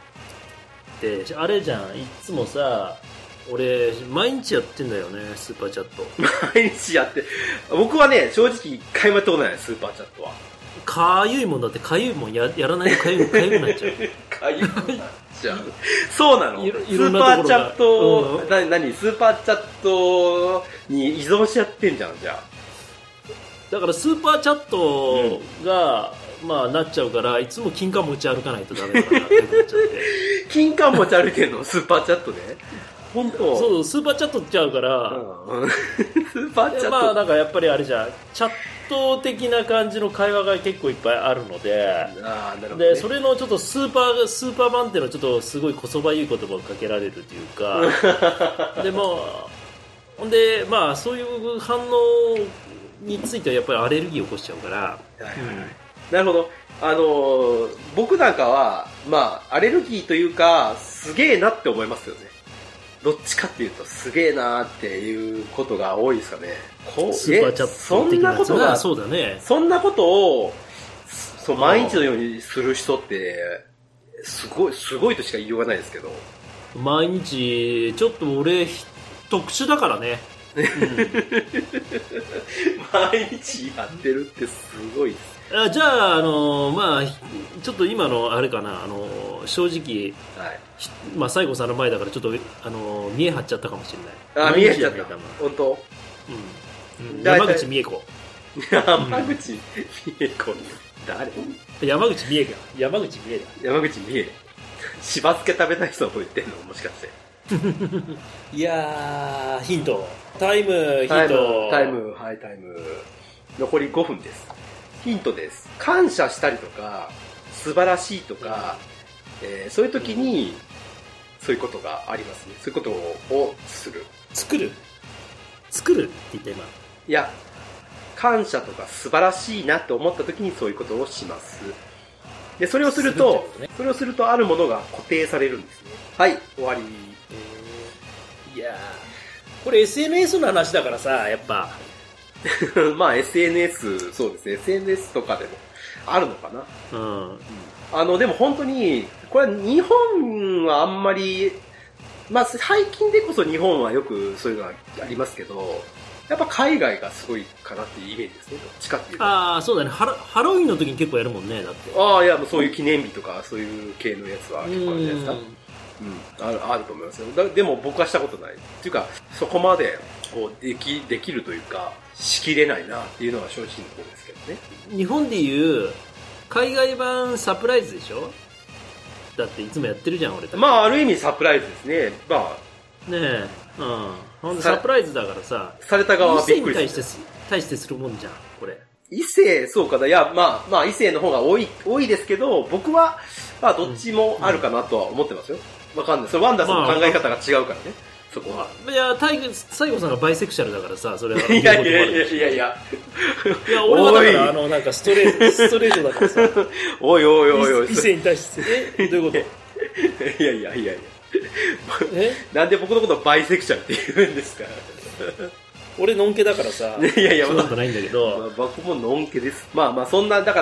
[SPEAKER 3] あれじゃん、いつもさ、俺、毎日やってんだよね、スーパーチャット。
[SPEAKER 2] 毎日やって。僕はね、正直一回もやったことない、スーパーチャットは。
[SPEAKER 3] かゆいもんだって、かゆいもん やらないとかゆくなっちゃう。
[SPEAKER 2] かゆくなっちゃう。そうなの？スーパーチャット、何スーパーチャットに依存しちゃってんじゃん、じゃあ。
[SPEAKER 3] だからスーパーチャットが、まあなっちゃうから、いつも金柑持ち歩かないとダメだから、なっちゃって。
[SPEAKER 2] 金柑持ち歩いてんのスーパーチャットで？本当？
[SPEAKER 3] そう、スーパーチャットっちゃうから、
[SPEAKER 2] スーパーチャット。
[SPEAKER 3] まあなんかやっぱりあれじゃん、チャット的な感じの会話が結構いっぱいあるので、
[SPEAKER 2] なるほどね、
[SPEAKER 3] でそれのちょっとスーパー版っていうのはちょっとすごいこそばゆい言葉をかけられるというか、でもほんでまあそういう反応についてはやっぱりアレルギーを起こしちゃうから、
[SPEAKER 2] なるほど。僕なんかはまあアレルギーというかすげえなって思いますよね。どっちかっていうとすげえなーっていうことが多いですかね。
[SPEAKER 3] スーパーチャット的なやつがそうだね。
[SPEAKER 2] そんなことを毎日のようにする人ってすごいとしか言いようがないですけど。
[SPEAKER 3] 毎日ちょっと俺特殊だからね。
[SPEAKER 2] 毎日やってるってすごいです。
[SPEAKER 3] じゃあ、まあ、ちょっと今のあれかな、正直、
[SPEAKER 2] はい、
[SPEAKER 3] まあ、西郷さんの前だからちょっと、見え張っちゃったかもしれない。
[SPEAKER 2] 見えちゃった。本当？
[SPEAKER 3] うん。山口美恵子。
[SPEAKER 2] 山口美恵子。誰？
[SPEAKER 3] 山口美恵だ。山口美恵だ。
[SPEAKER 2] 山口美恵。しば漬け食べたい人のこと言ってんのもしかして。
[SPEAKER 3] いやー、ヒント。タイム。
[SPEAKER 2] はい、タイム。残り5分です。 ヒントです。感謝したりとか、素晴らしいとか、そういう時に、そういうことがありますね。そういうことをする。
[SPEAKER 3] 作るって言った今。
[SPEAKER 2] いや、感謝とか素晴らしいなって思った時にそういうことをします。で、それをすると、あるものが固定されるんですね。はい、終わり。
[SPEAKER 3] いやー、これ SNS の話だからさ、やっぱ。
[SPEAKER 2] まあ SNS、そうですね。SNS とかでもあるのかな。でも本当に、これ日本はあんまり、まあ最近でこそ日本はよくそういうのはありますけど、やっぱ海外がすごいかなっていうイメージですね。どっちかっていうと。
[SPEAKER 3] ああ、そうだね。ハロウィンの時に結構やるもんね、だって。
[SPEAKER 2] ああ、いや、もうそういう記念日とか、そういう系のやつは結構あるじゃないですか。あると思いますよ。でも僕はしたことない。っていうか、そこまでこうできるというか、しきれないなっていうのが正直なところですけどね。
[SPEAKER 3] 日本でいう海外版サプライズでしょ？だっていつもやってるじゃん、俺たち。
[SPEAKER 2] まあ、ある意味サプライズですね。まあ。
[SPEAKER 3] ねえ、ほんとサプライズだからさ、
[SPEAKER 2] された側はびっくりする。
[SPEAKER 3] 異性に対してするもんじゃん、これ。
[SPEAKER 2] 異性、そうかな。いや、まあ、異性の方が多いですけど、僕は、まあ、どっちもあるかなとは思ってますよ。わかんない。それワンダーさんの考え方が違うからね。そこは。
[SPEAKER 3] いや、西郷さんがバイセクシャルだからさ、それは。
[SPEAKER 2] いや、
[SPEAKER 3] 俺はだから、なんかストレートだからさ。
[SPEAKER 2] おい。
[SPEAKER 3] 異性に対して、どういうこと？
[SPEAKER 2] いや。なんで僕のことをバイセクシャルって言うんですか？
[SPEAKER 3] 俺、のんけだからさ。
[SPEAKER 2] いや、
[SPEAKER 3] そんなことないんだけど。
[SPEAKER 2] まあ、僕ものんけです。まあ、そんな、だから、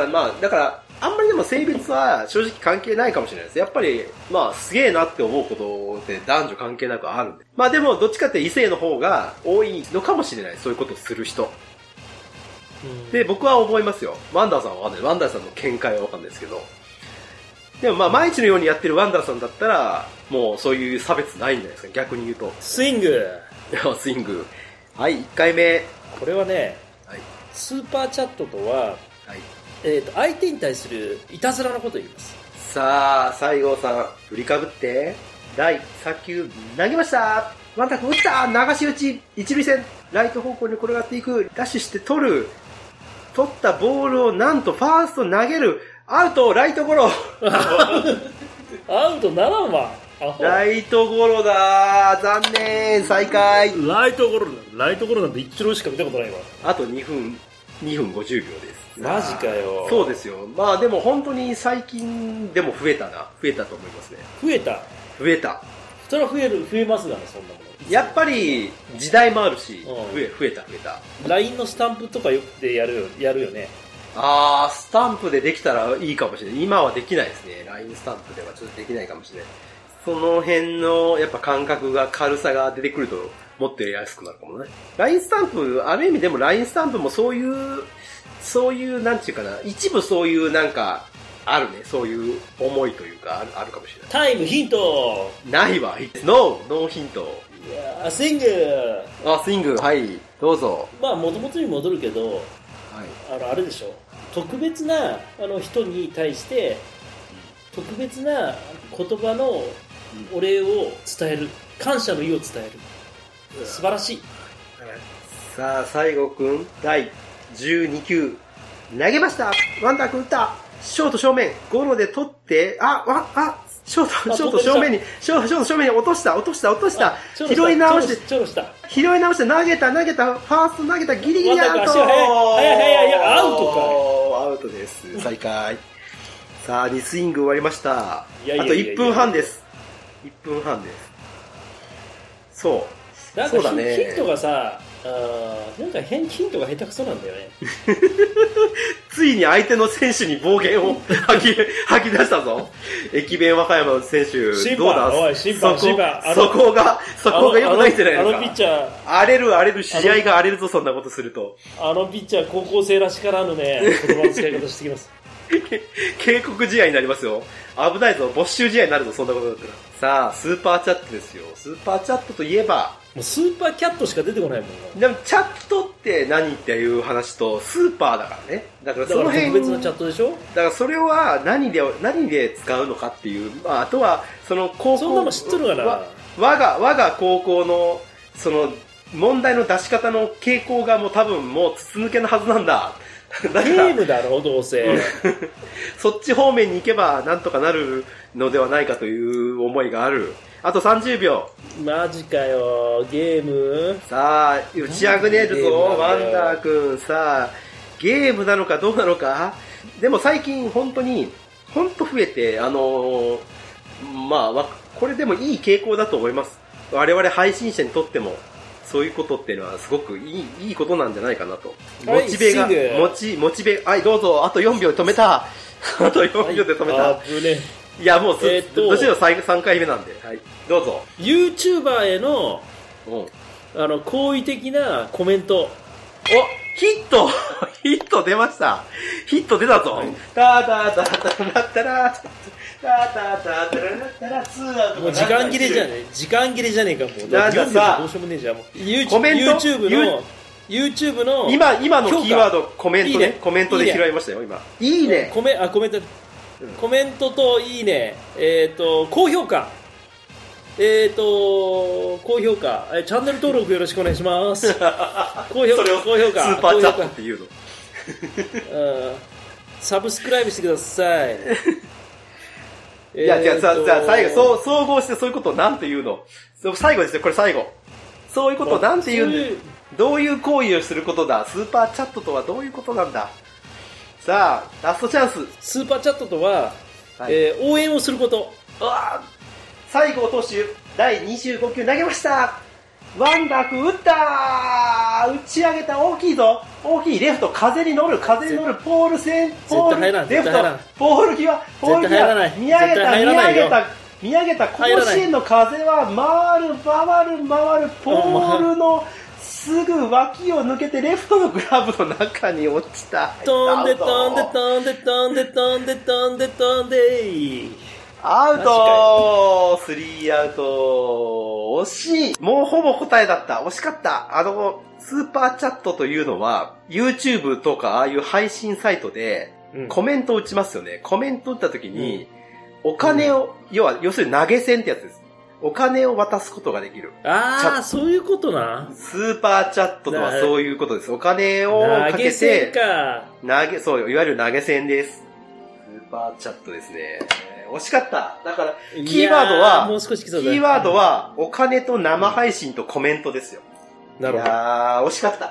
[SPEAKER 2] あんまりでも性別は正直関係ないかもしれないです。やっぱり、まあ、すげえなって思うことって男女関係なくあるんで。まあでも、どっちかって異性の方が多いのかもしれない。そういうことをする人。で、僕は思いますよ。ワンダーさんはわかんない。ワンダーさんの見解はわかんないですけど。でもまあ、毎日のようにやってるワンダーさんだったら、もうそういう差別ないんじゃないですか。逆に言うと。
[SPEAKER 3] スイング。
[SPEAKER 2] スイング。はい、1回目。
[SPEAKER 3] これはね、
[SPEAKER 2] はい、
[SPEAKER 3] スーパーチャットとは、
[SPEAKER 2] はい、
[SPEAKER 3] 相手に対するいたずらのことを言います。
[SPEAKER 2] さあ、西郷さん、振りかぶって、第3球、投げました。ワンタック打った。流し打ち、一塁線、ライト方向に転がっていく。ダッシュして取る。取ったボールをなんとファースト投げる。アウト、ライトゴロ。
[SPEAKER 3] アウトならんわ。
[SPEAKER 2] ライトゴロだ。残念。最下位。
[SPEAKER 3] ライトゴロなんて一郎しか見たことないわ。
[SPEAKER 2] あと2分50秒です。
[SPEAKER 3] マジかよ。
[SPEAKER 2] そうですよ。まあでも本当に最近でも増えたと思いますね。増えた。
[SPEAKER 3] それは増えますがね、そんなもの。
[SPEAKER 2] やっぱり時代もあるし、増えた。
[SPEAKER 3] LINE のスタンプとかよくてやるよね。
[SPEAKER 2] あー、スタンプでできたらいいかもしれない。今はできないですね。LINE スタンプではちょっとできないかもしれない。その辺のやっぱ感覚が軽さが出てくるともっとやりやすくなるかもね。LINE スタンプ、ある意味でも LINE スタンプもそういう、なんていうかな、一部そういうなんか、あるね。そういう思いというか、あるかもしれない。
[SPEAKER 3] タイムヒント
[SPEAKER 2] ないわ。ノーヒント。
[SPEAKER 3] いやスイング。
[SPEAKER 2] スイング。はい、どうぞ。
[SPEAKER 3] まあ、元々に戻るけど、
[SPEAKER 2] はい、
[SPEAKER 3] あれでしょ。特別な人に対して、特別な言葉のお礼を伝える。感謝の意を伝える。素晴らしい。
[SPEAKER 2] さあ、西郷くん、第12球、投げました。ワンダーくん打った。ショート正面、ゴロで取って、ショート正面に落とした。拾い直して、投げた、ファースト投げた、ギリギリアウト。
[SPEAKER 3] アウトか。
[SPEAKER 2] アウトです。再開。さあ、2スイング終わりました。あと1分半です。そう。
[SPEAKER 3] なんかヒントがさ、なんかヒントが下手くそなんだよね。
[SPEAKER 2] ついに相手の選手に暴言を吐き出したぞ。駅弁和歌山の選手、どうだ？
[SPEAKER 3] 審判。
[SPEAKER 2] そこが良くないんじゃないのか。
[SPEAKER 3] ピッチャー。
[SPEAKER 2] 荒れる、試合が荒れるぞ、そんなことすると。
[SPEAKER 3] ピッチャー、高校生らしからぬね、言葉の使い方してきます。
[SPEAKER 2] 警告試合になりますよ。危ないぞ、没収試合になるぞ、そんなことだったら。さあ、スーパーチャットですよ。スーパーチャットといえば、
[SPEAKER 3] もうスーパーキャットしか出てこないもんな。
[SPEAKER 2] でも、チャットって何っていう話と、スーパーだからね。だからその辺。
[SPEAKER 3] 特別なチャットでしょ？
[SPEAKER 2] だからそれは何で使うのかっていう、まあ、あとは、その高校。
[SPEAKER 3] そんなも知っとるかな。
[SPEAKER 2] 我が高校の、その、問題の出し方の傾向がもう多分もう筒抜けのはずなんだ。
[SPEAKER 3] ゲームだろ、どうせ。
[SPEAKER 2] そっち方面に行けばなんとかなるのではないかという思いがある。あと30秒。
[SPEAKER 3] マジかよ、ゲーム
[SPEAKER 2] さあ、打ち上げねえるぞ、ワンダー君。さあ、ゲームなのかどうなのか。でも最近本当増えて、これでもいい傾向だと思います。我々配信者にとっても、そういうことっていうのはすごくいいことなんじゃないかなと。モチベが、モチベ、はい、どうぞ、あと4秒で止めた。あと4秒で止めた。
[SPEAKER 3] 危ね。
[SPEAKER 2] いや、もう、どちらも3回目なんで、はい、どうぞ。
[SPEAKER 3] YouTuber への、好意的なコメント。
[SPEAKER 2] ヒット出ました。ヒット出たぞ。タタタタなったら、タタタタなったら、ツーアウト。
[SPEAKER 3] もう時間切れじゃねえか、もう。
[SPEAKER 2] なんかさ、
[SPEAKER 3] どうしようもねえじゃん、もう。YouTube の、
[SPEAKER 2] 今のキーワード、コメントね。コメントで拾いましたよ、今。いいね。
[SPEAKER 3] コメントといいね。高評価。高評価。チャンネル登録よろしくお願いします。高評価。
[SPEAKER 2] スーパーチャットっていうの。
[SPEAKER 3] サブスクライブしてください。
[SPEAKER 2] いや、じゃあ最後、総合してそういうことをなんて言うの？最後ですよ、これ最後。そういうことをなんて言うんだよ。どういう行為をすることだ？スーパーチャットとはどういうことなんだ？さあ、ラストチャンス。
[SPEAKER 3] スーパーチャットとは、応援をすること。
[SPEAKER 2] 最後投手、第25球投げました。ワンダー君打ったー、打ち上げた、大きいぞ、大きい、レフト、風に乗る、ポール線、ポール、レフト、ポール際、見上げた、甲子園の風は回る、ポールのすぐ脇を抜けてレフトのグラブの中に落ちた。
[SPEAKER 3] 飛んで、
[SPEAKER 2] アウトー、3アウト。惜しい。もうほぼ答えだった。惜しかった。スーパーチャットというのは、YouTube とかああいう配信サイトで、コメントを打ちますよね。コメント打った時に、お金を、要するに投げ銭ってやつです。お金を渡すことができる。
[SPEAKER 3] そういうことな。
[SPEAKER 2] スーパーチャットとはそういうことです。お金をかけて、
[SPEAKER 3] 投げ銭か。
[SPEAKER 2] そう、いわゆる投げ銭です。スーパーチャットですね。惜しかった。だから、キーワードは、お金と生配信とコメントですよ。
[SPEAKER 3] なるほど。
[SPEAKER 2] 惜しかった。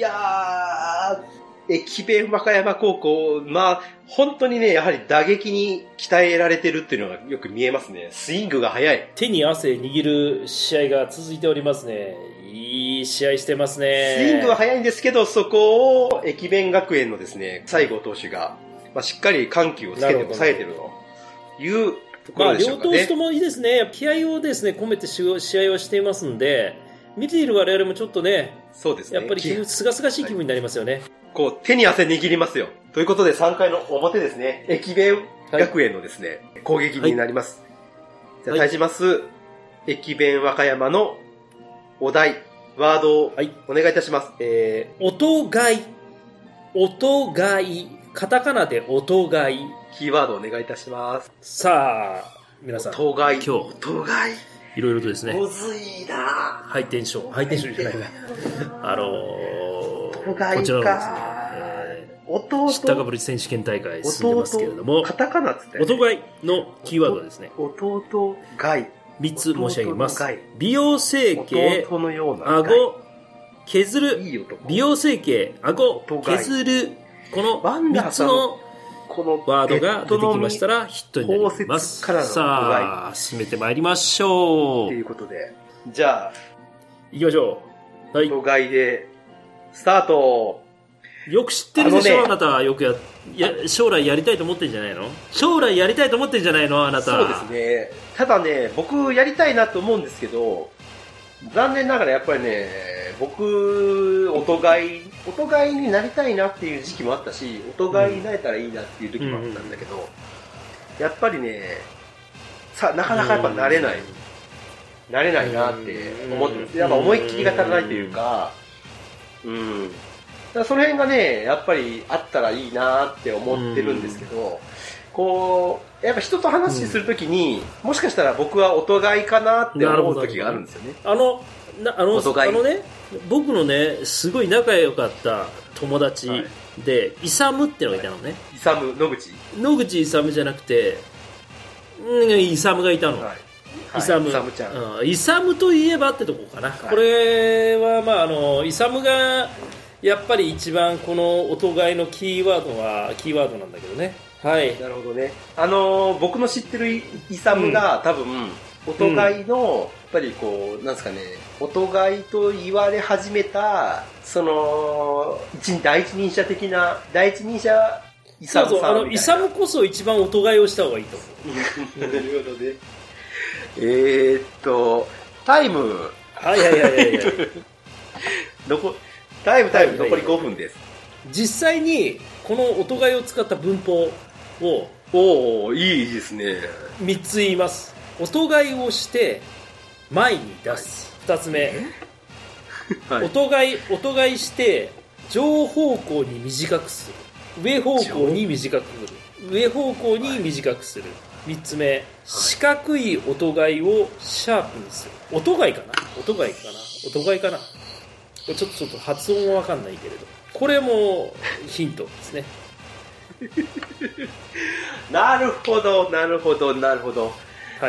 [SPEAKER 2] 駅弁和歌山高校、本当にね、やはり打撃に鍛えられてるっていうのがよく見えますね。スイングが速い。
[SPEAKER 3] 手に汗握る試合が続いておりますね。いい試合してますね。
[SPEAKER 2] スイングは速いんですけど、そこを駅弁学園のですね、西郷投手が、しっかり緩急をつけて抑えてるというところでしょうかね。
[SPEAKER 3] 両投手ともいいですね。気合をですね、込めて試合をしていますんで、見ている我々もちょっとね、
[SPEAKER 2] そうですね。
[SPEAKER 3] やっぱりすがすがしい気分になりますよね。
[SPEAKER 2] 手に汗握りますよ。ということで3回の表ですね。駅弁学園のですね、攻撃になります。じゃあ対します、駅弁和歌山のお題、ワードをお願いいたします。
[SPEAKER 3] 音買い。カタカナで音買い。
[SPEAKER 2] キーワードお願いいたします。
[SPEAKER 3] さあ、皆さん。
[SPEAKER 2] 音買い。
[SPEAKER 3] 今日。
[SPEAKER 2] 音買い。
[SPEAKER 3] いろいろとですね。
[SPEAKER 2] むずいな
[SPEAKER 3] ハイテンションじゃないな。
[SPEAKER 2] 音買いか。
[SPEAKER 3] こちらのですね、知ったかぶり選手権大会進んでますけれども。
[SPEAKER 2] カタカナっつって。
[SPEAKER 3] 音買いのキーワードはですね。
[SPEAKER 2] 弟買い。
[SPEAKER 3] 3つ申し上げます。美容整形、顎、削る。美容整形、顎、削る。この3つのワードが出てきましたらヒットになります。さあ、締めてまいりましょう。
[SPEAKER 2] ということで、じゃあ、
[SPEAKER 3] 行きましょう。はい。
[SPEAKER 2] 音買いで、スタート。
[SPEAKER 3] よく知ってるでしょ、あなた。将来やりたいと思ってんじゃないの？将来やりたいと思ってんじゃないの、あなた。
[SPEAKER 2] そうですね。ただね、僕やりたいなと思うんですけど、残念ながらやっぱりね、僕、音買いになりたいなっていう時期もあったし、音買いになれたらいいなっていう時もあったんだけど、やっぱりね、なかなかやっぱなれないなって思ってます。やっぱ思いっきりが足らないというか、だからその辺がね、やっぱりあったらいいなって思ってるんですけど、やっぱ人と話するときに、もしかしたら僕は音買いかなって思う時があるんですよね。
[SPEAKER 3] 僕のね、すごい仲良かった友達で、勇ってのがいたのね。
[SPEAKER 2] 野口
[SPEAKER 3] 勇じゃなくて、勇がいたの。
[SPEAKER 2] はい
[SPEAKER 3] 勇
[SPEAKER 2] ちゃん。
[SPEAKER 3] 勇といえばってとこかな。これは、まあ、勇が、やっぱり一番この音買いのキーワードなんだけどね。はい。
[SPEAKER 2] なるほどね。僕の知ってる勇が、多分、音買いの、やっぱりこう、なんですかね、音買いと言われ始めた、第一人者的な、第一人者勇さんみたいな。
[SPEAKER 3] 勇こそ一番音買いをした方がいいと思う。
[SPEAKER 2] なるほどね。タイム。
[SPEAKER 3] はい。
[SPEAKER 2] タイム、残り5分です。
[SPEAKER 3] 実際に、この音買いを使った文法を、
[SPEAKER 2] いいですね。
[SPEAKER 3] 3つ言います。音買いをして、前に出す。2つ目。
[SPEAKER 2] はい、
[SPEAKER 3] 音買いして、上方向に短くする。上方向に短くする。上方向に短くする。3つ目、四角い音買いをシャープにする。音買いかなちょっと発音はわかんないけれど。これもヒントですね。
[SPEAKER 2] なるほど。
[SPEAKER 3] はい。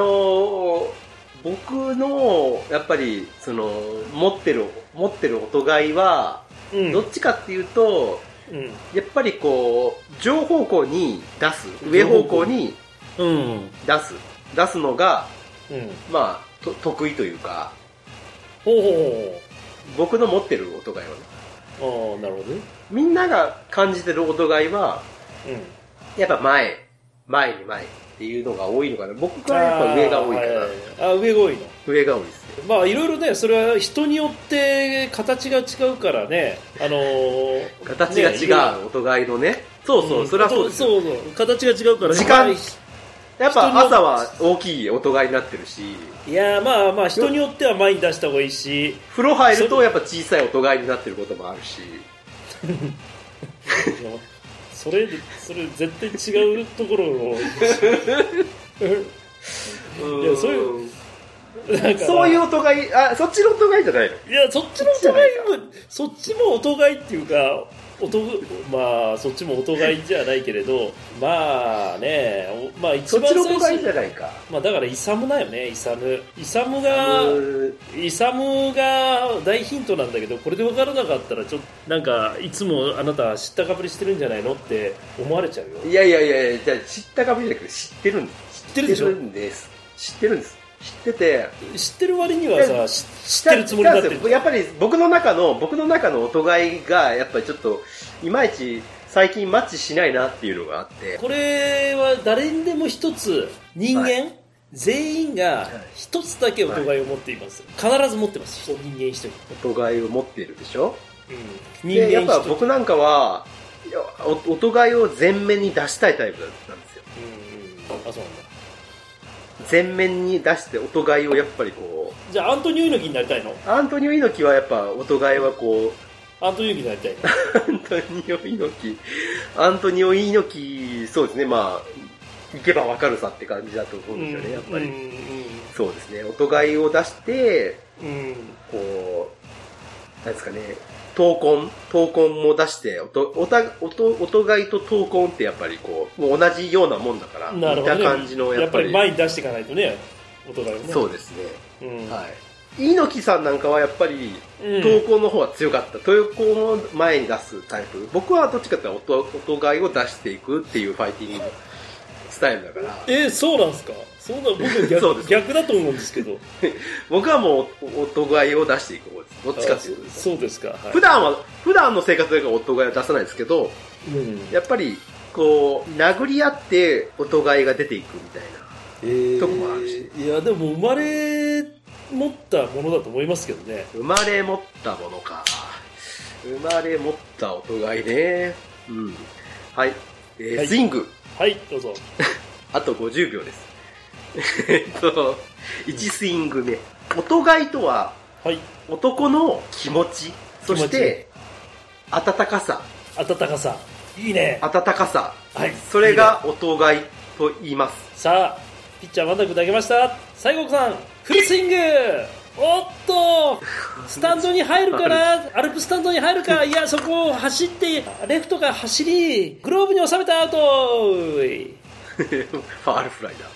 [SPEAKER 2] 僕の、やっぱり、持ってる音買いは、どっちかっていうと、やっぱりこう、上方向に出す、上方向に出すのが、まあ、得意というか、僕の持ってる音買いはね。
[SPEAKER 3] なるほどね。
[SPEAKER 2] みんなが感じてる音買いは、やっぱ前っていうのが多いのかな。僕はやっぱ上が多いかな。
[SPEAKER 3] 上が多いの。
[SPEAKER 2] 上が多いですね。
[SPEAKER 3] まあいろいろね、それは人によって形が違うからね。
[SPEAKER 2] 形が違う音買いのね。そう、それはそうです。
[SPEAKER 3] そう、形が違うから。
[SPEAKER 2] 時間、やっぱ朝は大きい音買いになってるし。
[SPEAKER 3] いやまあ人によっては前に出した方がいいし。
[SPEAKER 2] 風呂入るとやっぱ小さい音買いになってることもあるし。
[SPEAKER 3] それ絶対違うところを
[SPEAKER 2] そういう音買い、そっちの音買いじゃないの？
[SPEAKER 3] いや、そっちの音買いも、そっちも音買いっていうか、まあそっちも音買いじゃないけれど、まあね、まあ一番最初、
[SPEAKER 2] そっちの音買いじゃないか。
[SPEAKER 3] まあだから勇だよね。勇が大ヒントなんだけど、これで分からなかったらちょっとなんかいつもあなた知ったかぶりしてるんじゃないのって思われちゃうよ。
[SPEAKER 2] いやじゃあ知ったかぶりじゃなくて知ってるんです。
[SPEAKER 3] 知ってるでしょ？
[SPEAKER 2] 知ってるんです。知ってる割にはさ、知ってるつもりだって。やっぱり僕の中の音買いがやっぱりちょっといまいち最近マッチしないなっていうのがあって。
[SPEAKER 3] これは誰にでも一つ人間、全員が一つだけ音買いを持っています。必ず持ってます。人間一人。
[SPEAKER 2] 音買いを持っているでしょ？
[SPEAKER 3] 人間一人。
[SPEAKER 2] やっぱ僕なんかは音買いを前面に出したいタイプなんですよ。
[SPEAKER 3] そうなんだ。
[SPEAKER 2] 前面に出して音買いをやっぱりこう。
[SPEAKER 3] じゃあアントニオ猪木になりたいの？
[SPEAKER 2] アントニオ猪木はやっぱ音買いはこう。
[SPEAKER 3] アントニオ猪木になりたい
[SPEAKER 2] アントニオ猪木、そうですね、まあ、行けばわかるさって感じだと思うんですよね、やっぱり。そうですね、音買いを出して、こう、なんですかね、闘魂も出して、音買いと闘魂ってやっぱりこう、もう同じようなもんだから、
[SPEAKER 3] なるほどね、
[SPEAKER 2] 似た感じの
[SPEAKER 3] やっぱり前に出していかないとね、音買いをね。
[SPEAKER 2] そうですね。はい。猪木さんなんかはやっぱり、闘魂の方は強かった。闘魂を前に出すタイプ。僕はどっちかっていうと音買いを出していくっていうファイティングスタイルだから。
[SPEAKER 3] そうなんですか？僕逆だと思うんですけど。
[SPEAKER 2] 僕はもう音買いを出していく方です。どっちかっていうと。
[SPEAKER 3] そうですか。はい、
[SPEAKER 2] 普段の生活では音買いは出さないですけど、やっぱり、こう、殴り合って音買いが出ていくみたいな、とこもあるし。
[SPEAKER 3] いや、でも生まれ持ったものだと思いますけどね。
[SPEAKER 2] 生まれ持ったものか。生まれ持った音買いね。はい。スイング。
[SPEAKER 3] はい、どうぞ。
[SPEAKER 2] あと50秒です。1スイング目。音買いとは、男の気持ち、そして、温かさ。いいね。温かさ。はい。それが音買いと言います。
[SPEAKER 3] さあ、ピッチャーまだ砕けました。西国さん、フルスイングおっとスタンドに入るかなアルプスタンドに入るかいや、そこを走って、レフトから走り、グローブに収めたアウト
[SPEAKER 2] ファールフライだ。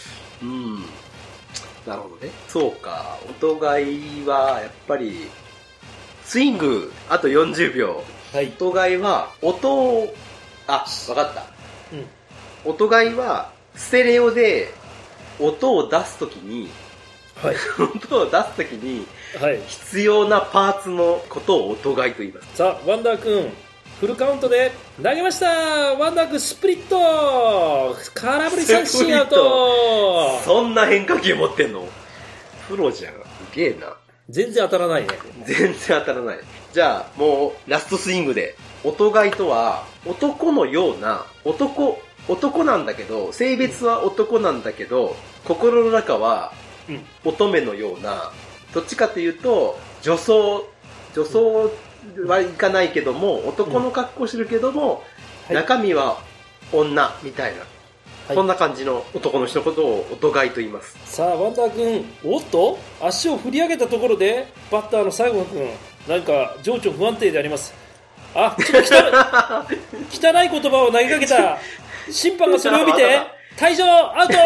[SPEAKER 2] なるほどね。そうか。音買いは、やっぱり、スイング、あと40秒。
[SPEAKER 3] はい。
[SPEAKER 2] 音買いは、音を、わかった。音買いは、ステレオで、音を出すときに、
[SPEAKER 3] はい。
[SPEAKER 2] 音を出すときに、
[SPEAKER 3] はい。
[SPEAKER 2] 必要なパーツのことを音買いと言います。
[SPEAKER 3] さあ、ワンダー君、フルカウントで投げました。ワンダー君、スプリット空振り三振アウト。
[SPEAKER 2] そんな変化球持ってんの？プロじゃん。すげえな。
[SPEAKER 3] 全然当たらないね。
[SPEAKER 2] 全然当たらない。じゃあ、もう、ラストスイングで、音買いとは、男のような、男なんだけど、性別は男なんだけど、心の中は、乙女のような、どっちかというと、女装はいかないけども、男の格好してるけども、中身は女みたいな、そんな感じの男の人のことを音買いと言います。さ
[SPEAKER 3] あ、ワンダー君、おっと足を振り上げたところで、バッターの西郷君、何か情緒不安定であります。あ、ちょっと汚い言葉を投げかけた。審判がそれを見て、退場アウト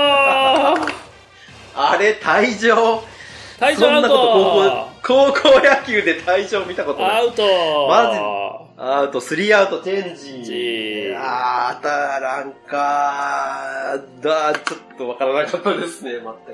[SPEAKER 2] あれ、退場
[SPEAKER 3] アウト。
[SPEAKER 2] そんなこと高校野球で退場見たことない。
[SPEAKER 3] アウト
[SPEAKER 2] マジアウト、3アウトチェンジ。当たらんかちょっとわからなかったですね、全くもって。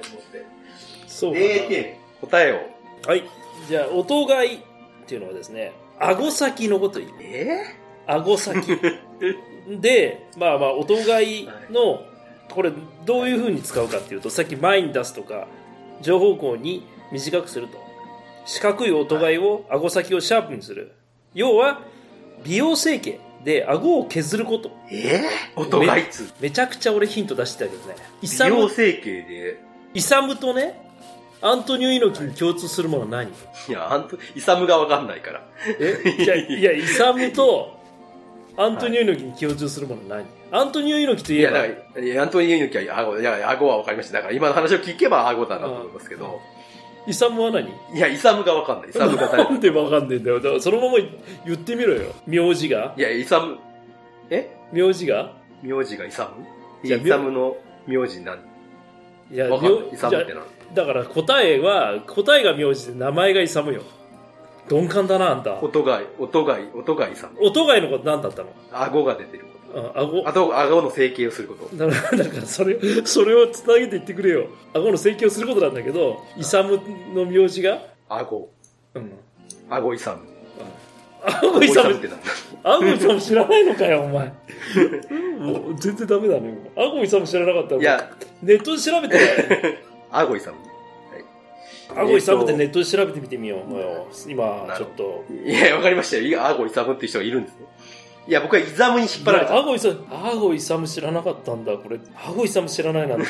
[SPEAKER 2] そうかな。0点。答えを。
[SPEAKER 3] はい。じゃあ、音買いっていうのはですね、顎先のこと言う。顎先。で、音買いの、これどういう風に使うかっていうと、さっき前に出すとか、上方向に短くすると。四角い音買いを、顎先をシャープにする。要は、美容整形で顎を削ること。
[SPEAKER 2] 音買い
[SPEAKER 3] めちゃくちゃ俺ヒント出してたけどね。
[SPEAKER 2] 美容整形で
[SPEAKER 3] イサムとね、アントニオ猪木に共通するものは何？
[SPEAKER 2] いや、イサムがわかんないから。
[SPEAKER 3] いや、イサムと、アントニオ猪木に共通するものは何？アントニオ猪木といえば。
[SPEAKER 2] いや、アントニオ猪木は顎はわかりました。だから今の話を聞けば顎だなと思いますけど。
[SPEAKER 3] イサムは何？
[SPEAKER 2] いや、イサムがわかんない。イサムが誰だ？
[SPEAKER 3] なんでわかんねえんだよ。だからそのまま言ってみろよ。名字が。
[SPEAKER 2] いや、イサム、
[SPEAKER 3] 名字が
[SPEAKER 2] イサム？イサムの名字何？
[SPEAKER 3] いや、
[SPEAKER 2] イサムって何？
[SPEAKER 3] だから答えが名字で名前がイサムよ。鈍感だな、あんた。
[SPEAKER 2] 音買いイサム。
[SPEAKER 3] 音買いのこと何だったの？
[SPEAKER 2] 顎が出てること。顎の整形をすること。
[SPEAKER 3] だからそれをつなげて言ってくれよ。顎の整形をすることなんだけど、イサムの名字が
[SPEAKER 2] 顎。顎イサム。
[SPEAKER 3] 顎イサムってなんだ。顎イサム知らないのかよ、お前。もう全然ダメだね。顎イサム知らなかったら。いや、ネットで調べて。
[SPEAKER 2] 顎イサム。
[SPEAKER 3] 顎イサムってネットで調べてみてみよう。今、ちょっと。
[SPEAKER 2] いや、わかりましたよ。顎イサムっていう人がいるんですね。いや、僕はイザムに引っ張られた。
[SPEAKER 3] 顎イサム知らなかったんだ、これ。顎イサム知らないなんて。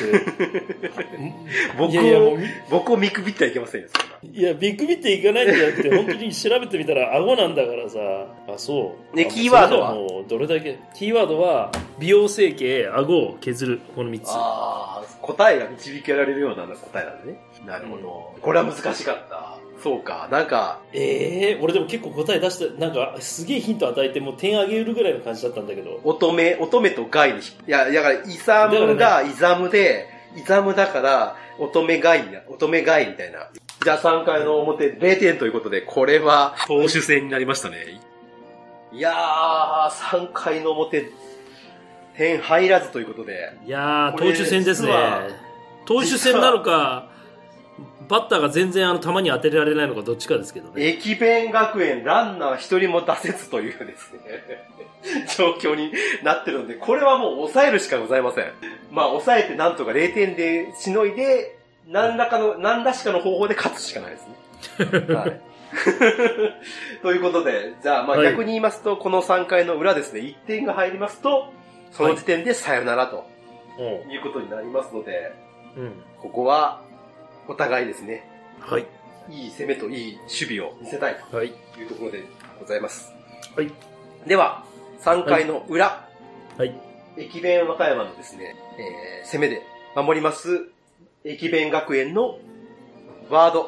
[SPEAKER 2] 僕を見くびってはいけませんよ、
[SPEAKER 3] そんな。いや、見くびっていかないんじゃなくて、本当に調べてみたら顎なんだからさ。あ、そう。
[SPEAKER 2] ね、キーワードは
[SPEAKER 3] もうどれだけ。キーワードは、美容整形、顎を削る。この3つ。
[SPEAKER 2] 答えが導けられるような答えなんでね。なるほど。これは難しかった。そうか、なんか。
[SPEAKER 3] 俺でも結構答え出して、なんか、すげえヒント与えて、もう点あげるぐらいの感じだったんだけど。
[SPEAKER 2] 乙女とガイに。いや、だから、イサムがイザムで、イザムだから、乙女ガイみたいな。じゃあ3回の表、0点ということで、これは、投手戦になりましたね。いやー、3回の表、点入らずということで。
[SPEAKER 3] いやー、投手戦ですね。投手戦なのか、バッターが全然球に当てられないのかどっちかですけどね。
[SPEAKER 2] 駅弁学園ランナー一人も出せずというですね、状況になってるので、これはもう抑えるしかございません。抑えてなんとか0点でしのいで、何らしかの方法で勝つしかないですね。はい。ということで、じゃあ逆に言いますと、この3回の裏ですね、1点が入りますと、その時点でさよならと、いうことになりますので、ここは、お互いですね。
[SPEAKER 3] はい。
[SPEAKER 2] いい攻めといい守備を見せたいというところでございます。
[SPEAKER 3] はい。
[SPEAKER 2] では、3回の裏。
[SPEAKER 3] はい。
[SPEAKER 2] 駅弁和歌山のですね、攻めで守ります、駅弁学園のワード。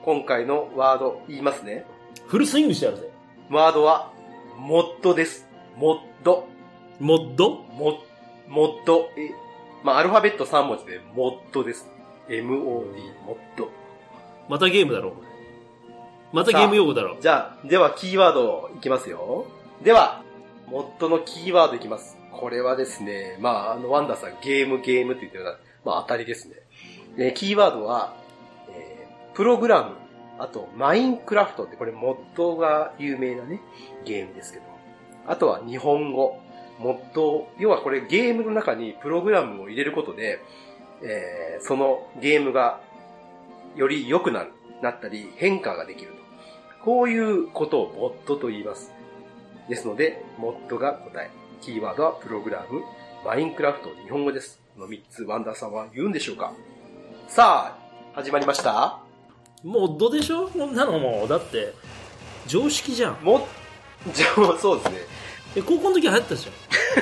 [SPEAKER 2] 今回のワード言いますね。
[SPEAKER 3] フルスイングしてやるぜ。
[SPEAKER 2] ワードは、モッドです。モッド。
[SPEAKER 3] モッド
[SPEAKER 2] モッド。アルファベット3文字で、モッドです。MOD、モッド。
[SPEAKER 3] またゲームだろ、お前。またゲーム用語だろ。
[SPEAKER 2] じゃあ、ではキーワードいきますよ。では、モッドのキーワードいきます。これはですね、ワンダーさんゲームって言ってるような、当たりですね。キーワードは、プログラム、あと、マインクラフトって、これモッドが有名なね、ゲームですけど。あとは日本語。モッド、要はこれゲームの中にプログラムを入れることで、そのゲームがより良くなったり変化ができると。こういうことをモッドと言います。ですので、モッドが答え。キーワードはプログラム、マインクラフト、日本語です。この3つ、ワンダーさんは言うんでしょうか？さあ、始まりました。
[SPEAKER 3] モッドでしょ？こんなのもう、だって、常識じゃん。
[SPEAKER 2] そうですね。
[SPEAKER 3] 高校の時流行ったじゃん。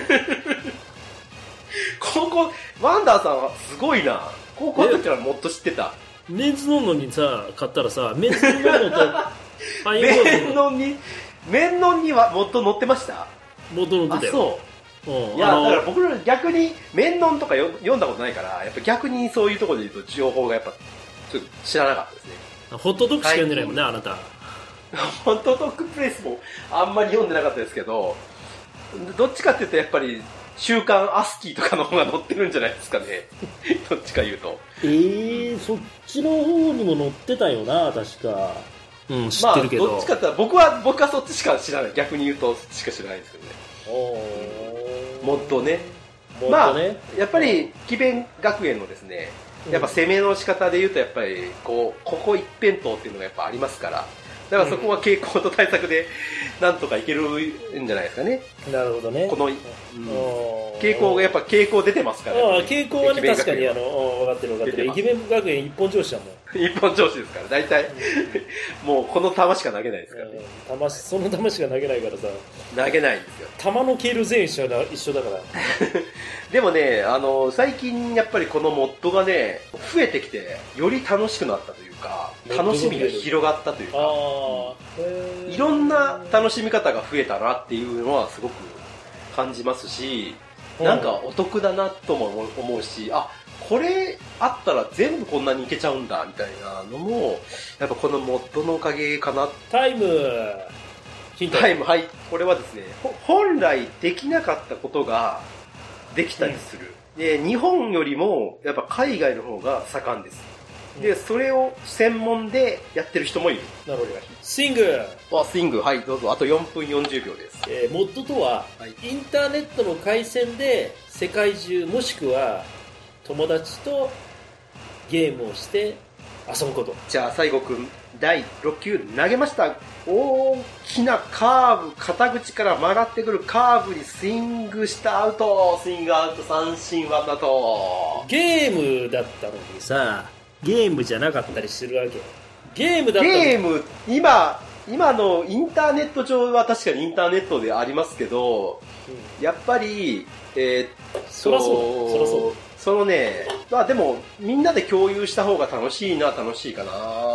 [SPEAKER 2] ワンダーさんはすごいな。高校の時からもっと知ってた。
[SPEAKER 3] メンズノンノにさ、買ったらさ、メンズノンノと、
[SPEAKER 2] メンノンにはもっと載ってました？
[SPEAKER 3] モッド載ってたよ。
[SPEAKER 2] そう。いや、だから僕ら逆に、メンノンとか読んだことないから、やっぱ逆にそういうところで言うと情報がやっぱ、ちょっと知らなかったですね。
[SPEAKER 3] ホットドッグしか読んでないもんね、あなた。
[SPEAKER 2] ホットドッグプレイスもあんまり読んでなかったですけど、どっちかっていうとやっぱり、週刊アスキーとかの方が載ってるんじゃないですかね。どっちか言うと。
[SPEAKER 3] そっちの方にも載ってたよな、確か。うん、知ってるけど。
[SPEAKER 2] どっちかって言ったら僕はそっちしか知らない。逆に言うとそっちしか知らないですけどね。モッドね。やっぱり、奇弁学園のですね、やっぱ攻めの仕方で言うとやっぱり、ここ一辺倒っていうのがやっぱありますから、だからそこは傾向と対策で、なんとかいけるんじゃないですかね。
[SPEAKER 3] なるほどね。
[SPEAKER 2] 傾向がやっぱ傾向出てますから、
[SPEAKER 3] ね。傾向はね、確かに分かってる。駅弁学園一本上司だもん。
[SPEAKER 2] 一本上司ですから、大体、もうこの球しか投げないですからね。
[SPEAKER 3] その球しか投げないからさ。
[SPEAKER 2] 投げないんですよ。
[SPEAKER 3] 球の経路全員一緒だから。
[SPEAKER 2] でもね、最近やっぱりこのモッドがね、増えてきて、より楽しくなったというか、楽しみが広がったというか、いろんな楽しみ方が増えたなっていうのはすごく感じますし、なんかお得だなとも思うし、これあったら全部こんなにいけちゃうんだみたいなのも、やっぱこのモッドのおかげかな。
[SPEAKER 3] タイム、
[SPEAKER 2] はい。これはですね、本来できなかったことができたりする。で、日本よりもやっぱ海外の方が盛んです。で、それを専門でやってる人もいる。
[SPEAKER 3] なるほど。スイング。
[SPEAKER 2] スイング、はい、どうぞ。あと4分40秒です。
[SPEAKER 3] モッドとは、インターネットの回線で世界中もしくは友達とゲームをして遊ぶこと。
[SPEAKER 2] じゃあ、西郷くん、第6球投げました。大きなカーブ、肩口から曲がってくるカーブにスイングしたアウト。スイングアウト、三振ワンアウト。
[SPEAKER 3] ゲームだったのにさ、ゲームじゃなかったりするわけ。ゲーム、今のインターネット上は確かにインターネットでありますけど、やっぱり、 そらそう。
[SPEAKER 2] そのね、でも、みんなで共有した方が楽しいかな。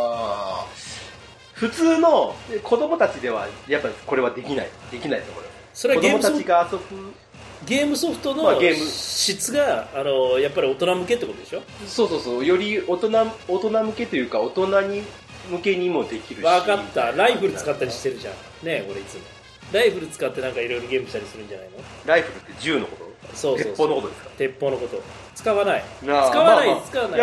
[SPEAKER 2] 普通の子供たちでは、やっぱりこれはできないと思います。
[SPEAKER 3] それは
[SPEAKER 2] 子供たちが遊ぶ。
[SPEAKER 3] ゲームソフトの質が、やっぱり大人向けってことでしょ？
[SPEAKER 2] そう。より大人向けというか、大人に向けにもできるし。
[SPEAKER 3] 分かった。ライフル使ったりしてるじゃん。ねえ、俺いつも。ライフル使ってなんかいろいろゲームしたりするんじゃないの？
[SPEAKER 2] ライフルって銃のこと？
[SPEAKER 3] そう。
[SPEAKER 2] 鉄砲のことですか？
[SPEAKER 3] 鉄砲のこと。使わない。
[SPEAKER 2] 使わない。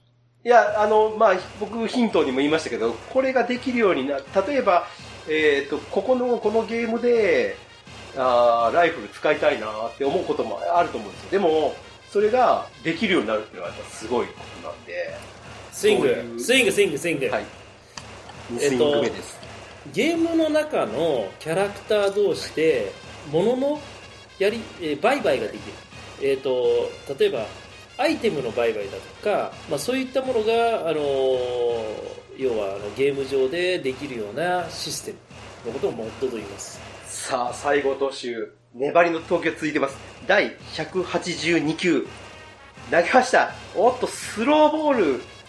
[SPEAKER 2] 僕ヒントにも言いましたけど、これができるように例えば、このゲームで、ライフル使いたいなって思うこともあると思うんですよ。でも、それができるようになるっていうのはやっぱすごいことなんで。
[SPEAKER 3] スイング。
[SPEAKER 2] はい。2スイング目です。
[SPEAKER 3] ゲームの中のキャラクター同士で、物の売買ができる。例えば、アイテムの売買だとか、そういったものが、要はゲーム上でできるようなシステムのことをモッドと言います。
[SPEAKER 2] さあ、最後投手、粘りの投球続いてます。第182球。投げました。おっと、スローボール。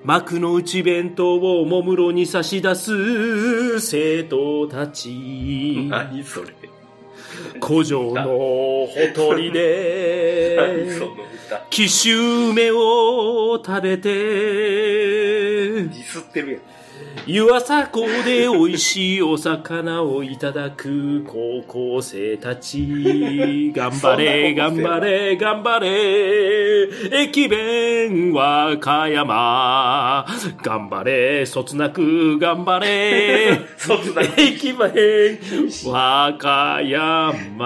[SPEAKER 3] 幕の内弁当をもむろに差し出す生徒たち。
[SPEAKER 2] 何それ。
[SPEAKER 3] 古城のほとりで
[SPEAKER 2] 何その歌。
[SPEAKER 3] 紀州梅を食べて
[SPEAKER 2] ディスってるやん。
[SPEAKER 3] 湯浅港で美味しいお魚をいただく高校生たち。頑張れ、頑張れ、頑張れ。駅弁和歌山。頑張れ、そつなく頑張れ。
[SPEAKER 2] そつなく。
[SPEAKER 3] 駅弁和歌山。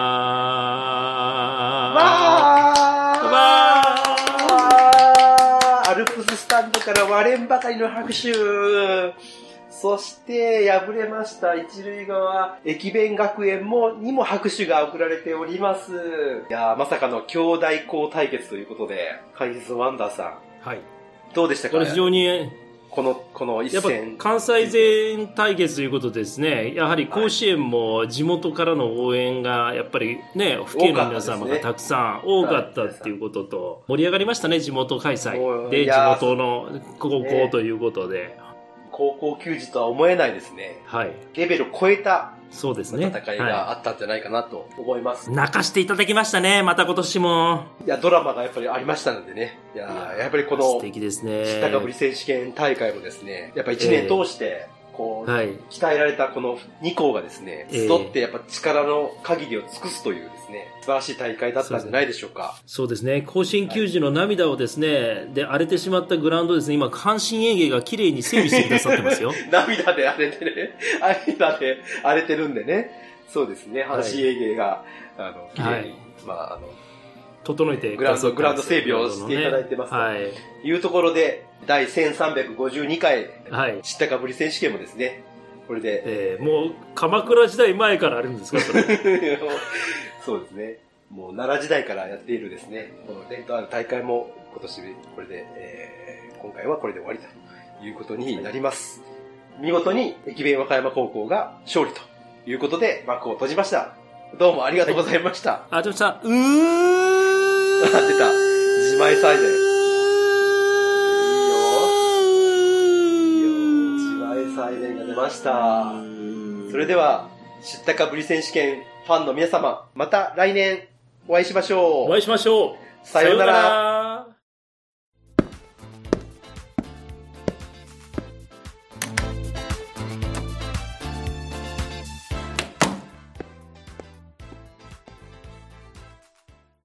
[SPEAKER 2] アルプススタンドから割れんばかりの拍手。そして敗れました一塁側駅弁学園にも拍手が送られております。いやー、まさかの兄弟校対決ということで、解説ワンダーさん、
[SPEAKER 3] はい、
[SPEAKER 2] どうでしたか？
[SPEAKER 3] これ非常に
[SPEAKER 2] この一戦。
[SPEAKER 3] やっぱ関西勢対決ということですね。やはり甲子園も地元からの応援がやっぱりね、府警の皆様がたくさん多かったっていうことと、盛り上がりましたね、地元開催で、地元の高校ということで。
[SPEAKER 2] 高校球児とは思えないですね。
[SPEAKER 3] はい。
[SPEAKER 2] レベルを超えた
[SPEAKER 3] そうですね。
[SPEAKER 2] 戦いがあったんじゃないかなと思います。
[SPEAKER 3] 泣かしていただきましたね、また今年も。
[SPEAKER 2] いや、ドラマがやっぱりありましたのでね。いや、やっぱりこの、
[SPEAKER 3] 素敵ですね。
[SPEAKER 2] 知ったかぶり選手権大会もですね、やっぱ1年通して、
[SPEAKER 3] はい、
[SPEAKER 2] 鍛えられたこの2校がですね、集ってやっぱ力の限りを尽くすというですね、素晴らしい大会だったんじゃないでしょうか。
[SPEAKER 3] そうですね。甲子園球児の涙をですね、で、荒れてしまったグラウンドですね、今、阪神園芸が綺麗に整備してくださってますよ。
[SPEAKER 2] 涙で荒れてね、涙で荒れてるんでね、そうですね、阪神園芸が、綺麗に、
[SPEAKER 3] 整えて
[SPEAKER 2] グラウンド整備をしていただいてます。はい。いうところで、第1352回、知ったかぶり選手権もですね、これで。
[SPEAKER 3] もう、鎌倉時代前からあるんですか、それ。
[SPEAKER 2] そうですね。もう奈良時代からやっているですね、この伝統ある大会も今年これで、今回はこれで終わりということになります。見事に駅弁和歌山高校が勝利ということで幕を閉じました。どうもありがとうございました。
[SPEAKER 3] あ、でもさ、
[SPEAKER 2] 出た。自前サイレン。サイレンが出ました。それでは、知ったかぶり選手権ファンの皆様、また来年お会いしましょう。
[SPEAKER 3] お会いしましょう。
[SPEAKER 2] さようなら。